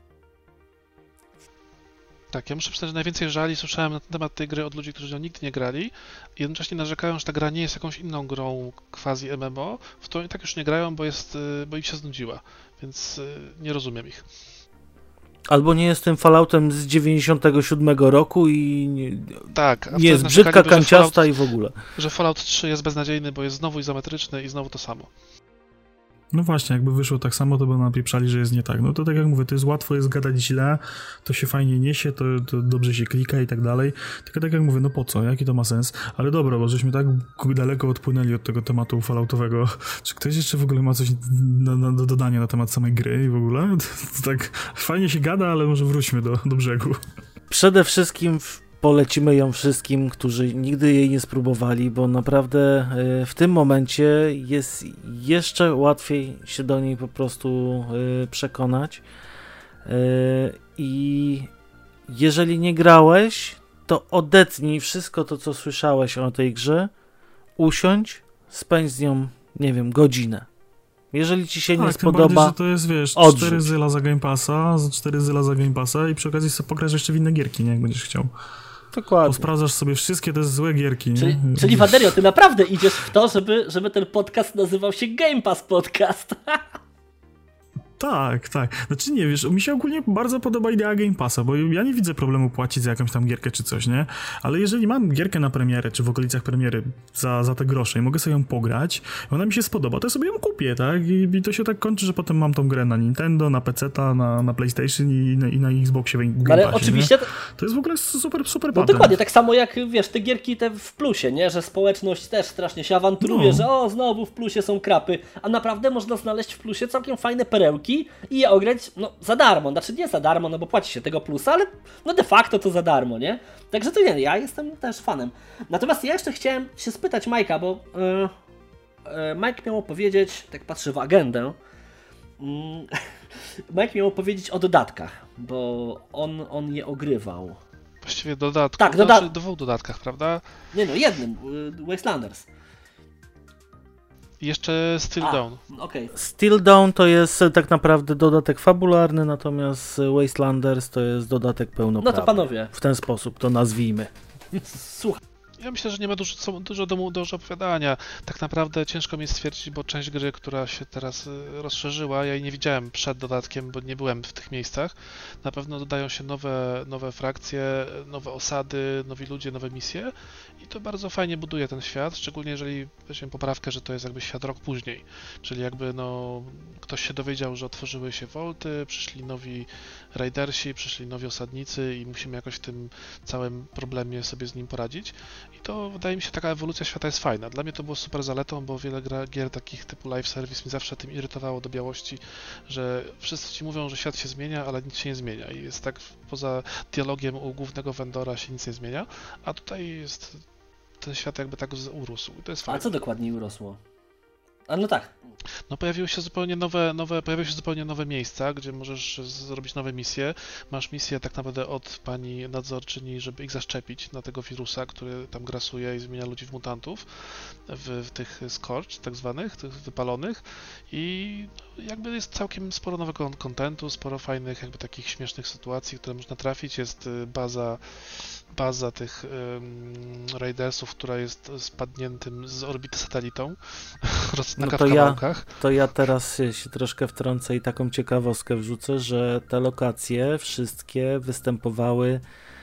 Tak, ja muszę przyznać, że najwięcej żali słyszałem na temat tej gry od ludzi, którzy ją nigdy nie grali i jednocześnie narzekają, że ta gra nie jest jakąś inną grą quasi M M O, w którą i tak już nie grają, bo, jest, bo im się znudziła, więc nie rozumiem ich. Albo nie jest tym Falloutem z dziewięćdziesiątego siódmego roku i nie, tak, a nie jest brzydka, kanciasta i w ogóle. Że Fallout trzy jest beznadziejny, bo jest znowu izometryczny i znowu to samo. No właśnie, jakby wyszło tak samo, to by napieprzali, że jest nie tak. No to tak jak mówię, to jest łatwo jest gadać źle, to się fajnie niesie, to, to dobrze się klika i tak dalej. Tylko tak jak mówię, no po co? Jaki to ma sens? Ale dobra, bo żeśmy tak daleko odpłynęli od tego tematu falloutowego. Czy ktoś jeszcze w ogóle ma coś na, na, do dodania na temat samej gry i w ogóle? To, to tak fajnie się gada, ale może wróćmy do, do brzegu. Przede wszystkim w polecimy ją wszystkim, którzy nigdy jej nie spróbowali, bo naprawdę w tym momencie jest jeszcze łatwiej się do niej po prostu przekonać. I jeżeli nie grałeś, to odetnij wszystko to, co słyszałeś o tej grze, usiądź, spędź z nią, nie wiem, godzinę. Jeżeli ci się tak, nie tym spodoba, bardziej, że to jest, wiesz, odrzuć. cztery zyla za Game Passa, cztery zyla za Game Passa i przy okazji sobie pograsz jeszcze w inne gierki, nie, jak będziesz chciał. Dokładnie. Posprawdzasz sobie wszystkie te złe gierki. Czyli, nie? czyli Waderio, ty naprawdę idziesz w to, żeby, żeby ten podcast nazywał się Game Pass Podcast. Tak, tak. Znaczy nie, wiesz, mi się ogólnie bardzo podoba idea Game Passa, bo ja nie widzę problemu płacić za jakąś tam gierkę czy coś, nie? Ale jeżeli mam gierkę na premierę, czy w okolicach premiery za, za te grosze i mogę sobie ją pograć, ona mi się spodoba, to ja sobie ją kupię, tak? I, i to się tak kończy, że potem mam tą grę na Nintendo, na peceta, na, na PlayStation i na, i na Xboxie w Game Ale Passie, oczywiście... nie? To jest w ogóle super, super No patent. dokładnie, tak samo jak, wiesz, te gierki te w plusie, nie? Że społeczność też strasznie się awanturuje, No. że o, znowu w plusie są krapy, a naprawdę można znaleźć w plusie całkiem fajne perełki i je ograć, no, za darmo. Znaczy nie za darmo, no bo płaci się tego plusa, ale no de facto to za darmo, nie? Także to nie, ja jestem też fanem. Natomiast ja jeszcze chciałem się spytać Majka, bo yy, yy, Mike miał opowiedzieć, tak patrzę w agendę, yy, Mike miał opowiedzieć o dodatkach, bo on, on je ogrywał. Właściwie dodatku, Tak, to doda- znaczy dwóch dodatkach, prawda? Nie no, jednym, yy, Wastelanders. I jeszcze Still A, Dawn. okej. Still Dawn to jest tak naprawdę dodatek fabularny, natomiast Wastelanders to jest dodatek No pełnoprawny. to panowie, W ten sposób to nazwijmy. słuchaj. Ja myślę, że nie ma dużo, co- dużo do, do opowiadania. Tak naprawdę ciężko mi stwierdzić, bo część gry, która się teraz y, rozszerzyła, ja jej nie widziałem przed dodatkiem, bo nie byłem w tych miejscach. Na pewno dodają się nowe, nowe frakcje, nowe osady, nowi ludzie, nowe misje i to bardzo fajnie buduje ten świat, szczególnie jeżeli weźmiemy poprawkę, że to jest jakby świat rok później. Czyli jakby no ktoś się dowiedział, że otworzyły się wolty, przyszli nowi raidersi, przyszli nowi osadnicy i musimy jakoś w tym całym problemie sobie z nim poradzić. I to wydaje mi się, taka ewolucja świata jest fajna. Dla mnie to było super zaletą, bo wiele gra, gier takich typu live service mi zawsze tym irytowało do białości, że wszyscy ci mówią, że świat się zmienia, ale nic się nie zmienia i jest tak poza dialogiem u głównego vendora się nic nie zmienia, a tutaj jest ten świat jakby tak z- urósł i to jest A fajne. co dokładnie urosło? A no tak, No pojawiły się zupełnie nowe, nowe, pojawiły się zupełnie nowe miejsca, gdzie możesz zrobić nowe misje. Masz misję tak naprawdę od pani nadzorczyni, żeby ich zaszczepić na tego wirusa, który tam grasuje i zmienia ludzi w mutantów, w, w tych scorch tak zwanych, tych wypalonych i jakby jest całkiem sporo nowego kontentu, sporo fajnych jakby takich śmiesznych sytuacji, które można trafić. Jest y, baza baza tych um, Raidersów, która jest spadniętym z orbity satelitą No na to ja, kawałkach. to ja teraz się, się troszkę wtrącę i taką ciekawostkę wrzucę, że te lokacje wszystkie występowały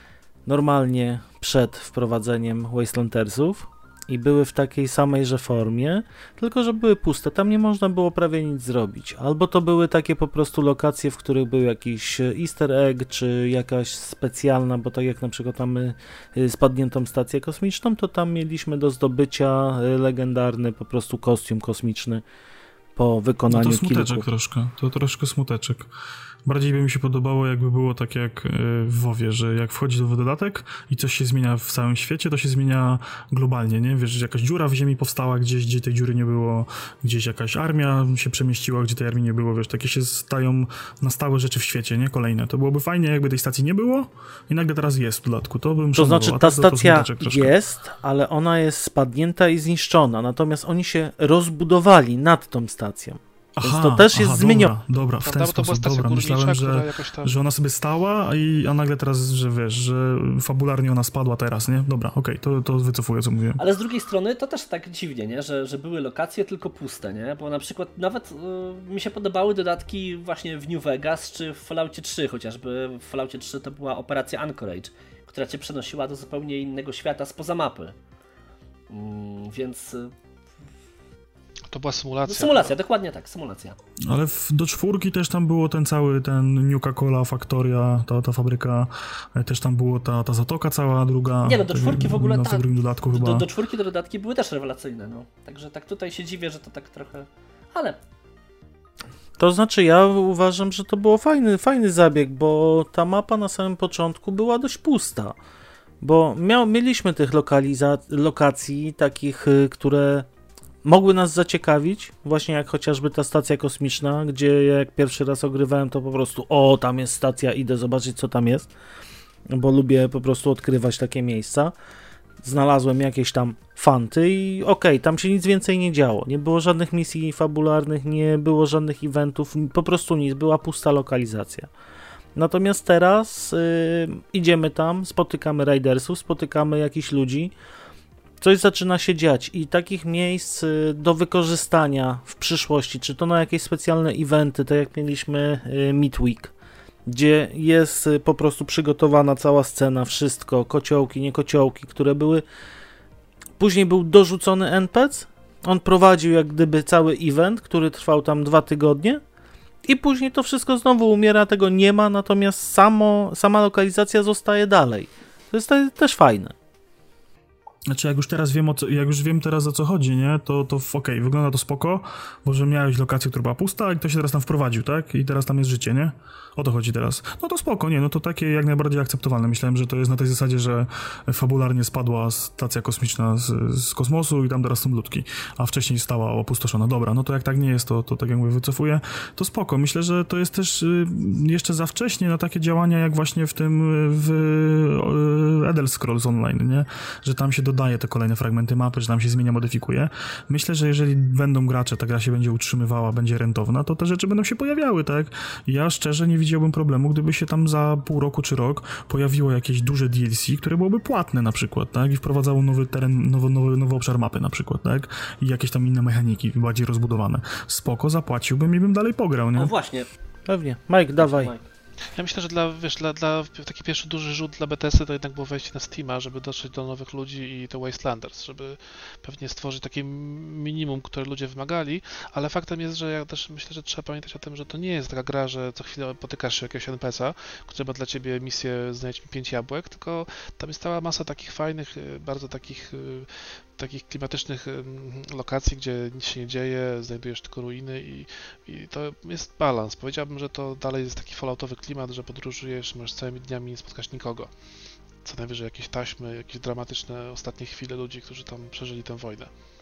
normalnie przed wprowadzeniem Wastelandersów i były w takiej samejże formie, tylko że były puste, tam nie można było prawie nic zrobić. Albo to były takie po prostu lokacje, w których był jakiś easter egg, czy jakaś specjalna, bo tak jak na przykład mamy spadniętą stację kosmiczną, to tam mieliśmy do zdobycia legendarny po prostu kostium kosmiczny po No wykonaniu to smuteczek kilku. troszkę, to troszkę smuteczek. Bardziej by mi się podobało, jakby było tak jak w WoWie, że jak wchodzi nowy dodatek i coś się zmienia w całym świecie, to się zmienia globalnie, nie? Wiesz, że jakaś dziura w ziemi powstała gdzieś, gdzie tej dziury nie było, gdzieś jakaś armia się przemieściła, gdzie tej armii nie było, wiesz, takie się stają na stałe rzeczy w świecie, nie? Kolejne. To byłoby fajnie, jakby tej stacji nie było i nagle teraz jest w dodatku. To bym To szanował, znaczy a ta to- to stacja smuteczek troszkę. jest, ale ona jest spadnięta i zniszczona, natomiast oni się rozbudowali nad tą stacją. Aha, Więc to też aha, jest dobra, zmienione. Dobra, w ten Prawda, sposób, dobra. Myślałem, że, tam... że ona sobie stała, i, a nagle teraz, że wiesz, że fabularnie ona spadła teraz, nie? Dobra, okej, okay, to, to wycofuję, co mówiłem. Ale z drugiej strony to też tak dziwnie, nie? Że, że były lokacje tylko puste, nie? Bo na przykład nawet y, mi się podobały dodatki właśnie w New Vegas czy w Falloutie trzy, chociażby w Falloutie trzy to była operacja Anchorage, która cię przenosiła do zupełnie innego świata spoza mapy. Mm, więc... To była symulacja. No, symulacja, chyba. Dokładnie tak, symulacja. Ale w, do czwórki też tam było ten cały, ten Nuka-Cola Factoria, ta, ta fabryka, też tam było ta, ta zatoka cała druga. Nie no, do czwórki w ogóle na tak. drugim dodatku chyba. Do, do czwórki te dodatki były też rewelacyjne, no. Także tak tutaj się dziwię, że to tak trochę... Ale... To znaczy ja uważam, że to było fajny, fajny zabieg, bo ta mapa na samym początku była dość pusta. Bo miał, mieliśmy tych lokaliza- lokacji takich, które mogły nas zaciekawić, właśnie jak chociażby ta stacja kosmiczna, gdzie jak pierwszy raz ogrywałem, to po prostu o, tam jest stacja, idę zobaczyć, co tam jest, bo lubię po prostu odkrywać takie miejsca. Znalazłem jakieś tam fanty i okej, okay, tam się nic więcej nie działo. Nie było żadnych misji fabularnych, nie było żadnych eventów, po prostu nic, była pusta lokalizacja. Natomiast teraz yy, idziemy tam, spotykamy raidersów, spotykamy jakichś ludzi, coś zaczyna się dziać i takich miejsc yy, do wykorzystania w przyszłości, czy to na jakieś specjalne eventy, tak jak mieliśmy yy, Midweek, gdzie jest yy, po prostu przygotowana cała scena, wszystko, kociołki, nie kociołki, które były... Później był dorzucony N P C, on prowadził jak gdyby cały event, który trwał tam dwa tygodnie, i później to wszystko znowu umiera, tego nie ma, natomiast samo, sama lokalizacja zostaje dalej. To jest też fajne. Znaczy, jak już teraz wiem, o co, jak już wiem teraz, o co chodzi, nie, to, to okej, okay, wygląda to spoko, bo że miałeś lokację, która była pusta, i ktoś się teraz tam wprowadził, tak? I teraz tam jest życie, nie? O to chodzi teraz. No to spoko, nie, no to takie jak najbardziej akceptowalne. Myślałem, że to jest na tej zasadzie, że fabularnie spadła stacja kosmiczna z, z kosmosu i tam teraz są ludki, a wcześniej stała opustoszona. Dobra, no to jak tak nie jest, to, to tak jak mówię, wycofuję, to spoko. Myślę, że to jest też y, jeszcze za wcześnie na takie działania, jak właśnie w tym w y, Elder Scrolls Online, nie? Że tam się dodaje te kolejne fragmenty mapy, że tam się zmienia, modyfikuje. Myślę, że jeżeli będą gracze, ta gra się będzie utrzymywała, będzie rentowna, to te rzeczy będą się pojawiały, tak? Ja szczerze nie widziałbym problemu, gdyby się tam za pół roku czy rok pojawiło jakieś duże D L C, które byłoby płatne na przykład, tak? I wprowadzało nowy teren, nowy, nowy, nowy obszar mapy na przykład, tak? I jakieś tam inne mechaniki, bardziej rozbudowane. Spoko, zapłaciłbym i bym dalej pograł, nie? No właśnie. Pewnie. Mike, dawaj. Mike. Ja myślę, że dla, wiesz, dla, dla taki pierwszy duży rzut dla Bethesdy to jednak było wejście na Steama, żeby dotrzeć do nowych ludzi i to Wastelanders, żeby pewnie stworzyć takie minimum, które ludzie wymagali, ale faktem jest, że ja też myślę, że trzeba pamiętać o tym, że to nie jest taka gra, że co chwilę potykasz się jakiegoś N P C a, który ma dla ciebie misję znajdź mi pięć jabłek, tylko tam jest cała masa takich fajnych, bardzo takich takich klimatycznych lokacji, gdzie nic się nie dzieje, znajdujesz tylko ruiny i, i to jest balans. Powiedziałbym, że to dalej jest taki falloutowy klimat, że podróżujesz, masz całymi dniami, nie spotkasz nikogo. Co najwyżej jakieś taśmy, jakieś dramatyczne ostatnie chwile ludzi, którzy tam przeżyli tę wojnę.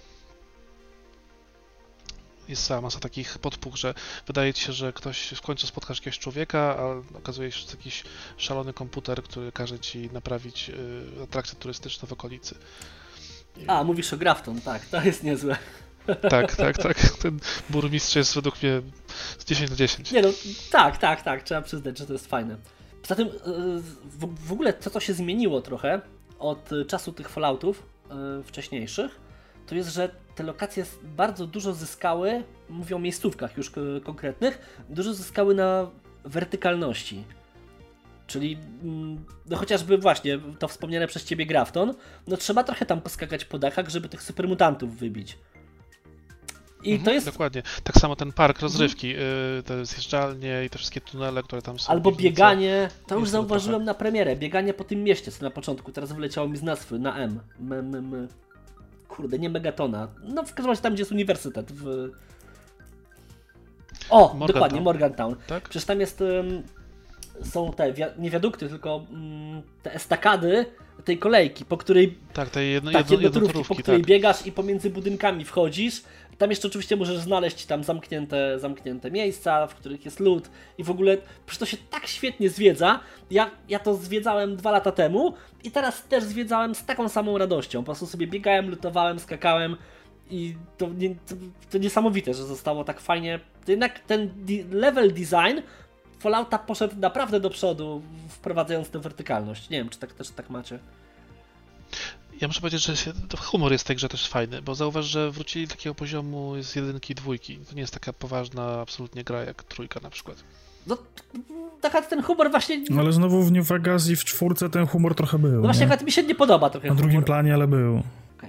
Jest cała masa takich podpuch, że wydaje ci się, że ktoś w końcu spotkasz jakiegoś człowieka, a okazuje się, że to jakiś szalony komputer, który każe ci naprawić y, atrakcje turystyczne w okolicy. A, mówisz o Grafton, tak, to jest niezłe. Tak, tak, tak. Ten burmistrz jest według mnie z dziesięć na dziesięć. Nie no, tak, tak, tak, trzeba przyznać, że to jest fajne. Poza tym w ogóle to, co się zmieniło trochę od czasu tych Falloutów wcześniejszych, to jest, że te lokacje bardzo dużo zyskały, mówię o miejscówkach już konkretnych, dużo zyskały na wertykalności. Czyli no chociażby właśnie to wspomniane przez ciebie Grafton, no trzeba trochę tam poskakać po dachach, żeby tych supermutantów wybić. I mhm, to jest... Dokładnie. Tak samo ten park rozrywki, mhm. y, te zjeżdżalnie i te wszystkie tunele, które tam są. Albo piwnice. Bieganie, to już zauważyłem na premierę, bieganie po tym mieście, co na początku, teraz wyleciało mi z nazwy, na M. M, M, M. Kurde, nie Megatona. No w każdym razie tam, gdzie jest uniwersytet. W... O, Morgantown. Dokładnie, Morgantown. Tak? Przecież tam jest... Um, są te, nie wiadukty, tylko mm, te estakady tej kolejki, po której... Tak, tej jedno, tak, jedno, jednotorówki, po której tak. biegasz i pomiędzy budynkami wchodzisz. Tam jeszcze oczywiście możesz znaleźć tam zamknięte, zamknięte miejsca, w których jest lód i w ogóle, przecież to się tak świetnie zwiedza. Ja, ja to zwiedzałem dwa lata temu i teraz też zwiedzałem z taką samą radością. Po prostu sobie biegałem, lutowałem, skakałem I to, nie, to, to niesamowite, że zostało tak fajnie. To jednak ten di- level design Fallouta poszedł naprawdę do przodu, wprowadzając tę wertykalność. Nie wiem, czy tak też tak macie. Ja muszę powiedzieć, że się, to humor jest w tej grze też fajny, bo zauważ, że wrócili do takiego poziomu z jedynki i dwójki. To nie jest taka poważna absolutnie gra jak trójka na przykład. No, taka ten humor właśnie... No ale znowu w New Vegas i w czwórce ten humor trochę był. No właśnie, nie? mi się nie podoba trochę Na humor. drugim planie, ale był. Okay.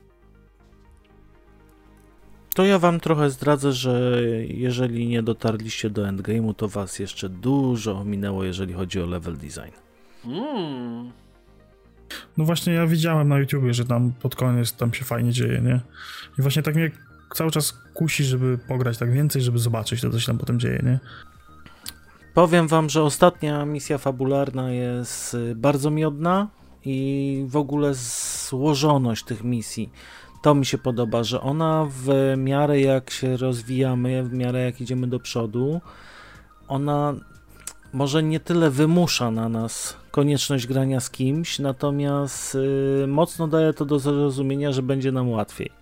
To ja wam trochę zdradzę, że jeżeli nie dotarliście do endgame'u, to was jeszcze dużo ominęło, jeżeli chodzi o level design. Mm. No właśnie ja widziałem na YouTubie, że tam pod koniec tam się fajnie dzieje, nie? I właśnie tak mnie cały czas kusi, żeby pograć tak więcej, żeby zobaczyć to, co się tam potem dzieje, nie? Powiem wam, że ostatnia misja fabularna jest bardzo miodna i w ogóle złożoność tych misji. To mi się podoba, że ona w miarę jak się rozwijamy, w miarę jak idziemy do przodu, ona może nie tyle wymusza na nas konieczność grania z kimś, natomiast yy, mocno daje to do zrozumienia, że będzie nam łatwiej.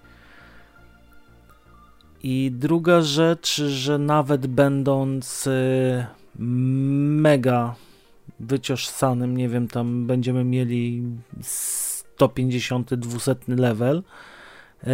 I druga rzecz, że nawet będąc yy, mega wyciosanym, nie wiem, tam będziemy mieli sto pięćdziesiąty, dwieście level, yy,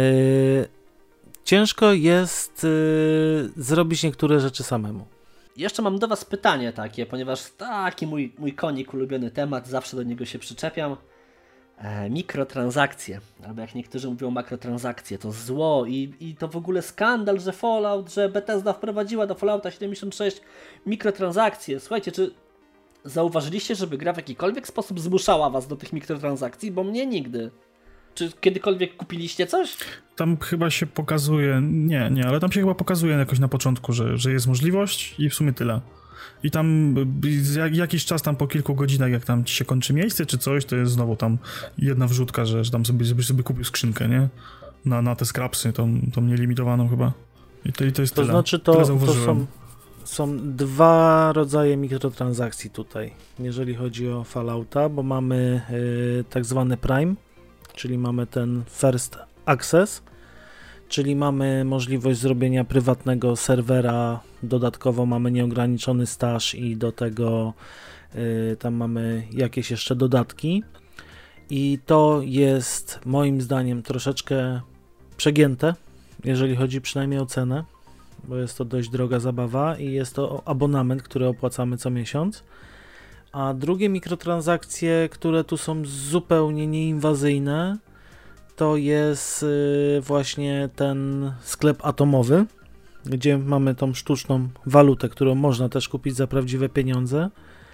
ciężko jest yy, zrobić niektóre rzeczy samemu. Jeszcze mam do was pytanie takie, ponieważ taki mój, mój konik, ulubiony temat, zawsze do niego się przyczepiam. E, mikrotransakcje, albo jak niektórzy mówią makrotransakcje, to zło i, i to w ogóle skandal, że Fallout, że Bethesda wprowadziła do Fallouta siedemdziesiąt sześć mikrotransakcje. Słuchajcie, czy zauważyliście, żeby gra w jakikolwiek sposób zmuszała was do tych mikrotransakcji? Bo mnie nigdy. Czy kiedykolwiek kupiliście coś? Tam chyba się pokazuje, nie, nie, ale tam się chyba pokazuje jakoś na początku, że, że jest możliwość i w sumie tyle. I tam jak, jakiś czas tam po kilku godzinach, jak tam ci się kończy miejsce czy coś, to jest znowu tam jedna wrzutka, że, że tam sobie, żebyś sobie kupił skrzynkę, nie? Na, na te scrapsy, tą, tą nielimitowaną chyba. I to, i to jest to tyle. Znaczy to, to są, są dwa rodzaje mikrotransakcji tutaj, jeżeli chodzi o Fallouta, bo mamy y, tak zwany Prime, czyli mamy ten First Access, czyli mamy możliwość zrobienia prywatnego serwera, dodatkowo mamy nieograniczony staż i do tego y, tam mamy jakieś jeszcze dodatki i to jest moim zdaniem troszeczkę przegięte, jeżeli chodzi przynajmniej o cenę, bo jest to dość droga zabawa i jest to abonament, który opłacamy co miesiąc. A drugie mikrotransakcje, które tu są zupełnie nieinwazyjne, to jest yy, właśnie ten sklep atomowy, gdzie mamy tą sztuczną walutę, którą można też kupić za prawdziwe pieniądze.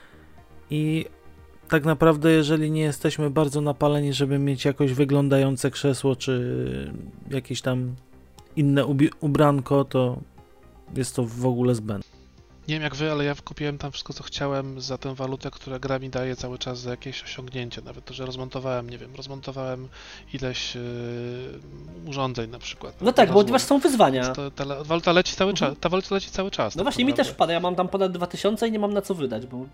I tak naprawdę, jeżeli nie jesteśmy bardzo napaleni, żeby mieć jakoś wyglądające krzesło, czy jakieś tam inne ubi- ubranko, to jest to w ogóle zbędne. Nie wiem jak wy, ale ja kupiłem tam wszystko, co chciałem za tę walutę, która gra mi daje cały czas za jakieś osiągnięcie. Nawet to, że rozmontowałem, nie wiem, rozmontowałem ileś yy, urządzeń na przykład. No tak, bo ponieważ są wyzwania. To, ta waluta leci cały czas. Ta waluta leci cały czas. No tak właśnie, mi naprawdę. też wpada. Ja mam tam ponad dwa tysiące i nie mam na co wydać, bo...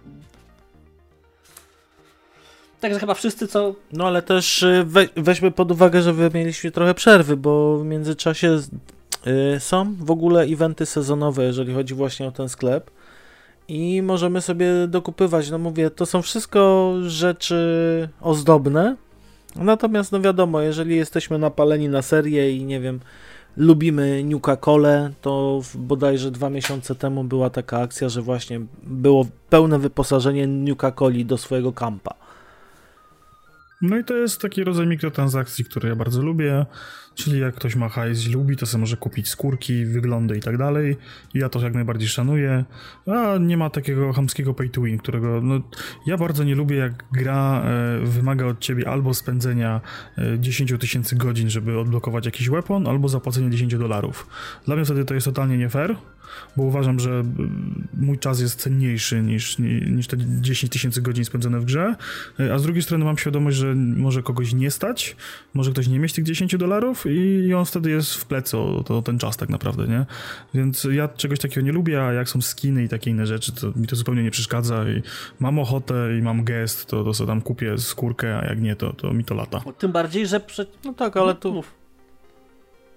Także chyba wszyscy, co... No ale też we, weźmy pod uwagę, że wy mieliśmy trochę przerwy, bo w międzyczasie y, są w ogóle eventy sezonowe, jeżeli chodzi właśnie o ten sklep i możemy sobie dokupywać, no mówię, to są wszystko rzeczy ozdobne, natomiast no wiadomo, jeżeli jesteśmy napaleni na serię i nie wiem, lubimy Nuka-Colę, to bodajże dwa miesiące temu była taka akcja, że właśnie było pełne wyposażenie Nuka-Coli do swojego kampa. No i to jest taki rodzaj mikrotransakcji, który ja bardzo lubię, czyli jak ktoś ma hajs i lubi, to sobie może kupić skórki, wyglądy i tak dalej. I ja to jak najbardziej szanuję, a nie ma takiego chamskiego pay to win, którego no, ja bardzo nie lubię, jak gra e, wymaga od ciebie albo spędzenia e, dziesięć tysięcy godzin, żeby odblokować jakiś weapon, albo zapłacenia dziesięć dolarów. Dla mnie wtedy to jest totalnie nie fair, bo uważam, że mój czas jest cenniejszy niż, niż te dziesięć tysięcy godzin spędzone w grze, a z drugiej strony mam świadomość, że może kogoś nie stać, może ktoś nie mieć tych dziesięć dolarów i on wtedy jest w plecy o, o ten czas tak naprawdę, nie? Więc ja czegoś takiego nie lubię, a jak są skiny i takie inne rzeczy, to mi to zupełnie nie przeszkadza i mam ochotę i mam gest, to, to sobie tam kupię skórkę, a jak nie, to, to mi to lata. Tym bardziej, że... Prze... No tak, ale tu... Mów.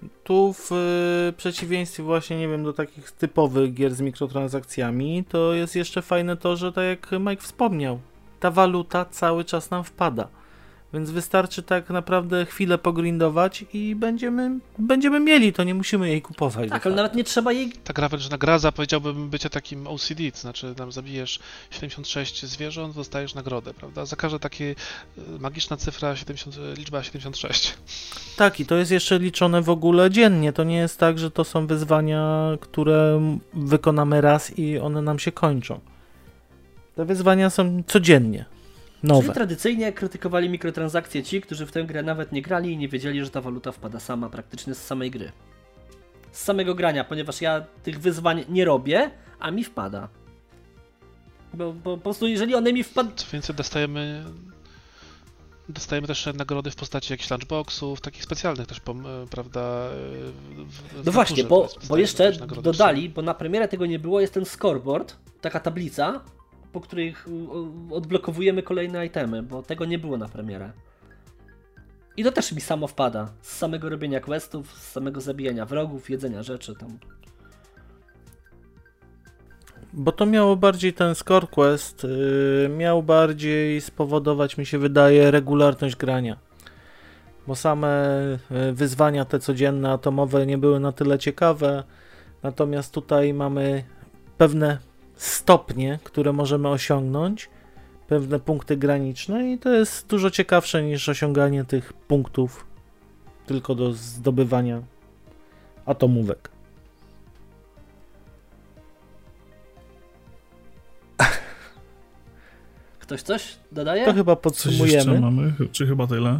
Tu w y, przeciwieństwie właśnie, nie wiem, do takich typowych gier z mikrotransakcjami, to jest jeszcze fajne to, że tak jak Mike wspomniał, ta waluta cały czas nam wpada. Więc wystarczy tak naprawdę chwilę pogrindować i będziemy, będziemy mieli, to nie musimy jej kupować. Tak, ale nawet nie trzeba jej... Ta gra wręcz nagradza, powiedziałbym, bycie takim O C D, to znaczy tam zabijesz siedemdziesiąt sześć zwierząt, dostajesz nagrodę, prawda? Za każde takie magiczna cyfra, siedemdziesiąt, liczba siedemdziesiąt sześć. Tak, i to jest jeszcze liczone w ogóle dziennie. To nie jest tak, że to są wyzwania, które wykonamy raz i one nam się kończą. Te wyzwania są codziennie. Nowe. Czyli tradycyjnie krytykowali mikrotransakcje ci, którzy w tę grę nawet nie grali i nie wiedzieli, że ta waluta wpada sama, praktycznie z samej gry. Z samego grania, ponieważ ja tych wyzwań nie robię, a mi wpada. Bo, bo po prostu jeżeli one mi wpadną... Co więcej, dostajemy... Dostajemy też nagrody w postaci jakichś lunchboxów, takich specjalnych też, prawda? W, w no właśnie, bo, bo jeszcze dodali, sobie. Bo na premierę tego nie było, jest ten scoreboard, taka tablica, po której odblokowujemy kolejne itemy, bo tego nie było na premierę. I to też mi samo wpada. Z samego robienia questów, z samego zabijania wrogów, jedzenia rzeczy tam. Bo to miało bardziej ten score quest, yy, miał bardziej spowodować, mi się wydaje, regularność grania. Bo same yy, wyzwania te codzienne, atomowe nie były na tyle ciekawe, natomiast tutaj mamy pewne stopnie, które możemy osiągnąć, pewne punkty graniczne i to jest dużo ciekawsze niż osiąganie tych punktów tylko do zdobywania atomówek. Ktoś coś dodaje? To chyba Coś podsumujemy. jeszcze mamy? Czy chyba tyle?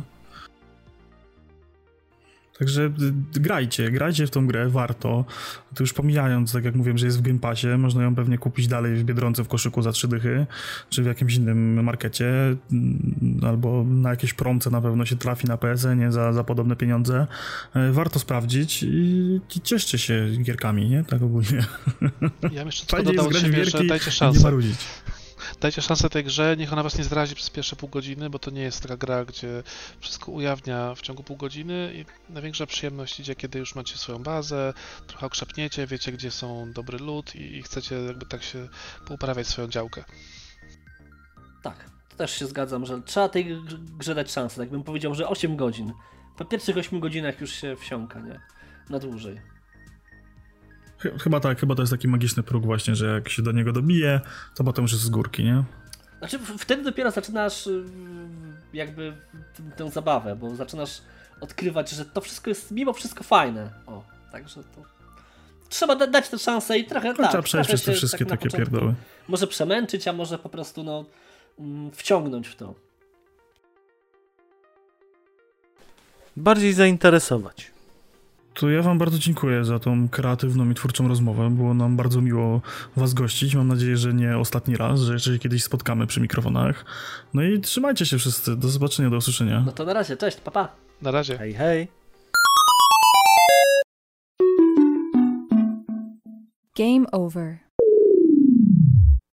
Także grajcie, grajcie w tą grę, warto. To już pomijając, tak jak mówiłem, że jest w Game Passie, można ją pewnie kupić dalej w Biedronce w koszyku za trzy dychy, czy w jakimś innym markecie, albo na jakieś promce na pewno się trafi na P S N nie za, za podobne pieniądze. Warto sprawdzić i, i cieszcie się gierkami, nie? Tak ogólnie. Ja bym jeszcze tylko dodał od siebie, że dajcie szansę. Nie marudzić. Dajcie szansę tej grze, niech ona was nie zrazi przez pierwsze pół godziny, bo to nie jest taka gra, gdzie wszystko ujawnia w ciągu pół godziny i największa przyjemność idzie, kiedy już macie swoją bazę, trochę okrzepniecie, wiecie, gdzie są dobry lód i, i chcecie jakby tak się pouprawiać swoją działkę. Tak, to też się zgadzam, że trzeba tej grze dać szansę. Tak bym powiedział, że osiem godzin. Po pierwszych ośmiu godzinach już się wsiąka, nie? Na dłużej. Chyba tak, chyba to jest taki magiczny próg właśnie, że jak się do niego dobije, to potem już jest z górki, nie? Znaczy wtedy dopiero zaczynasz jakby tę zabawę, bo zaczynasz odkrywać, że to wszystko jest mimo wszystko fajne. O, także to... Trzeba da- dać tę szansę i trochę... No, tak, trzeba przejść przez te wszystkie tak takie pierdoły. Może przemęczyć, a może po prostu no wciągnąć w to. Bardziej zainteresować. To ja wam bardzo dziękuję za tą kreatywną i twórczą rozmowę. Było nam bardzo miło was gościć. Mam nadzieję, że nie ostatni raz, że jeszcze się kiedyś spotkamy przy mikrofonach. No i trzymajcie się wszyscy. Do zobaczenia, do usłyszenia. No to na razie, cześć, pa pa. Na razie. Hej, hej. Game over.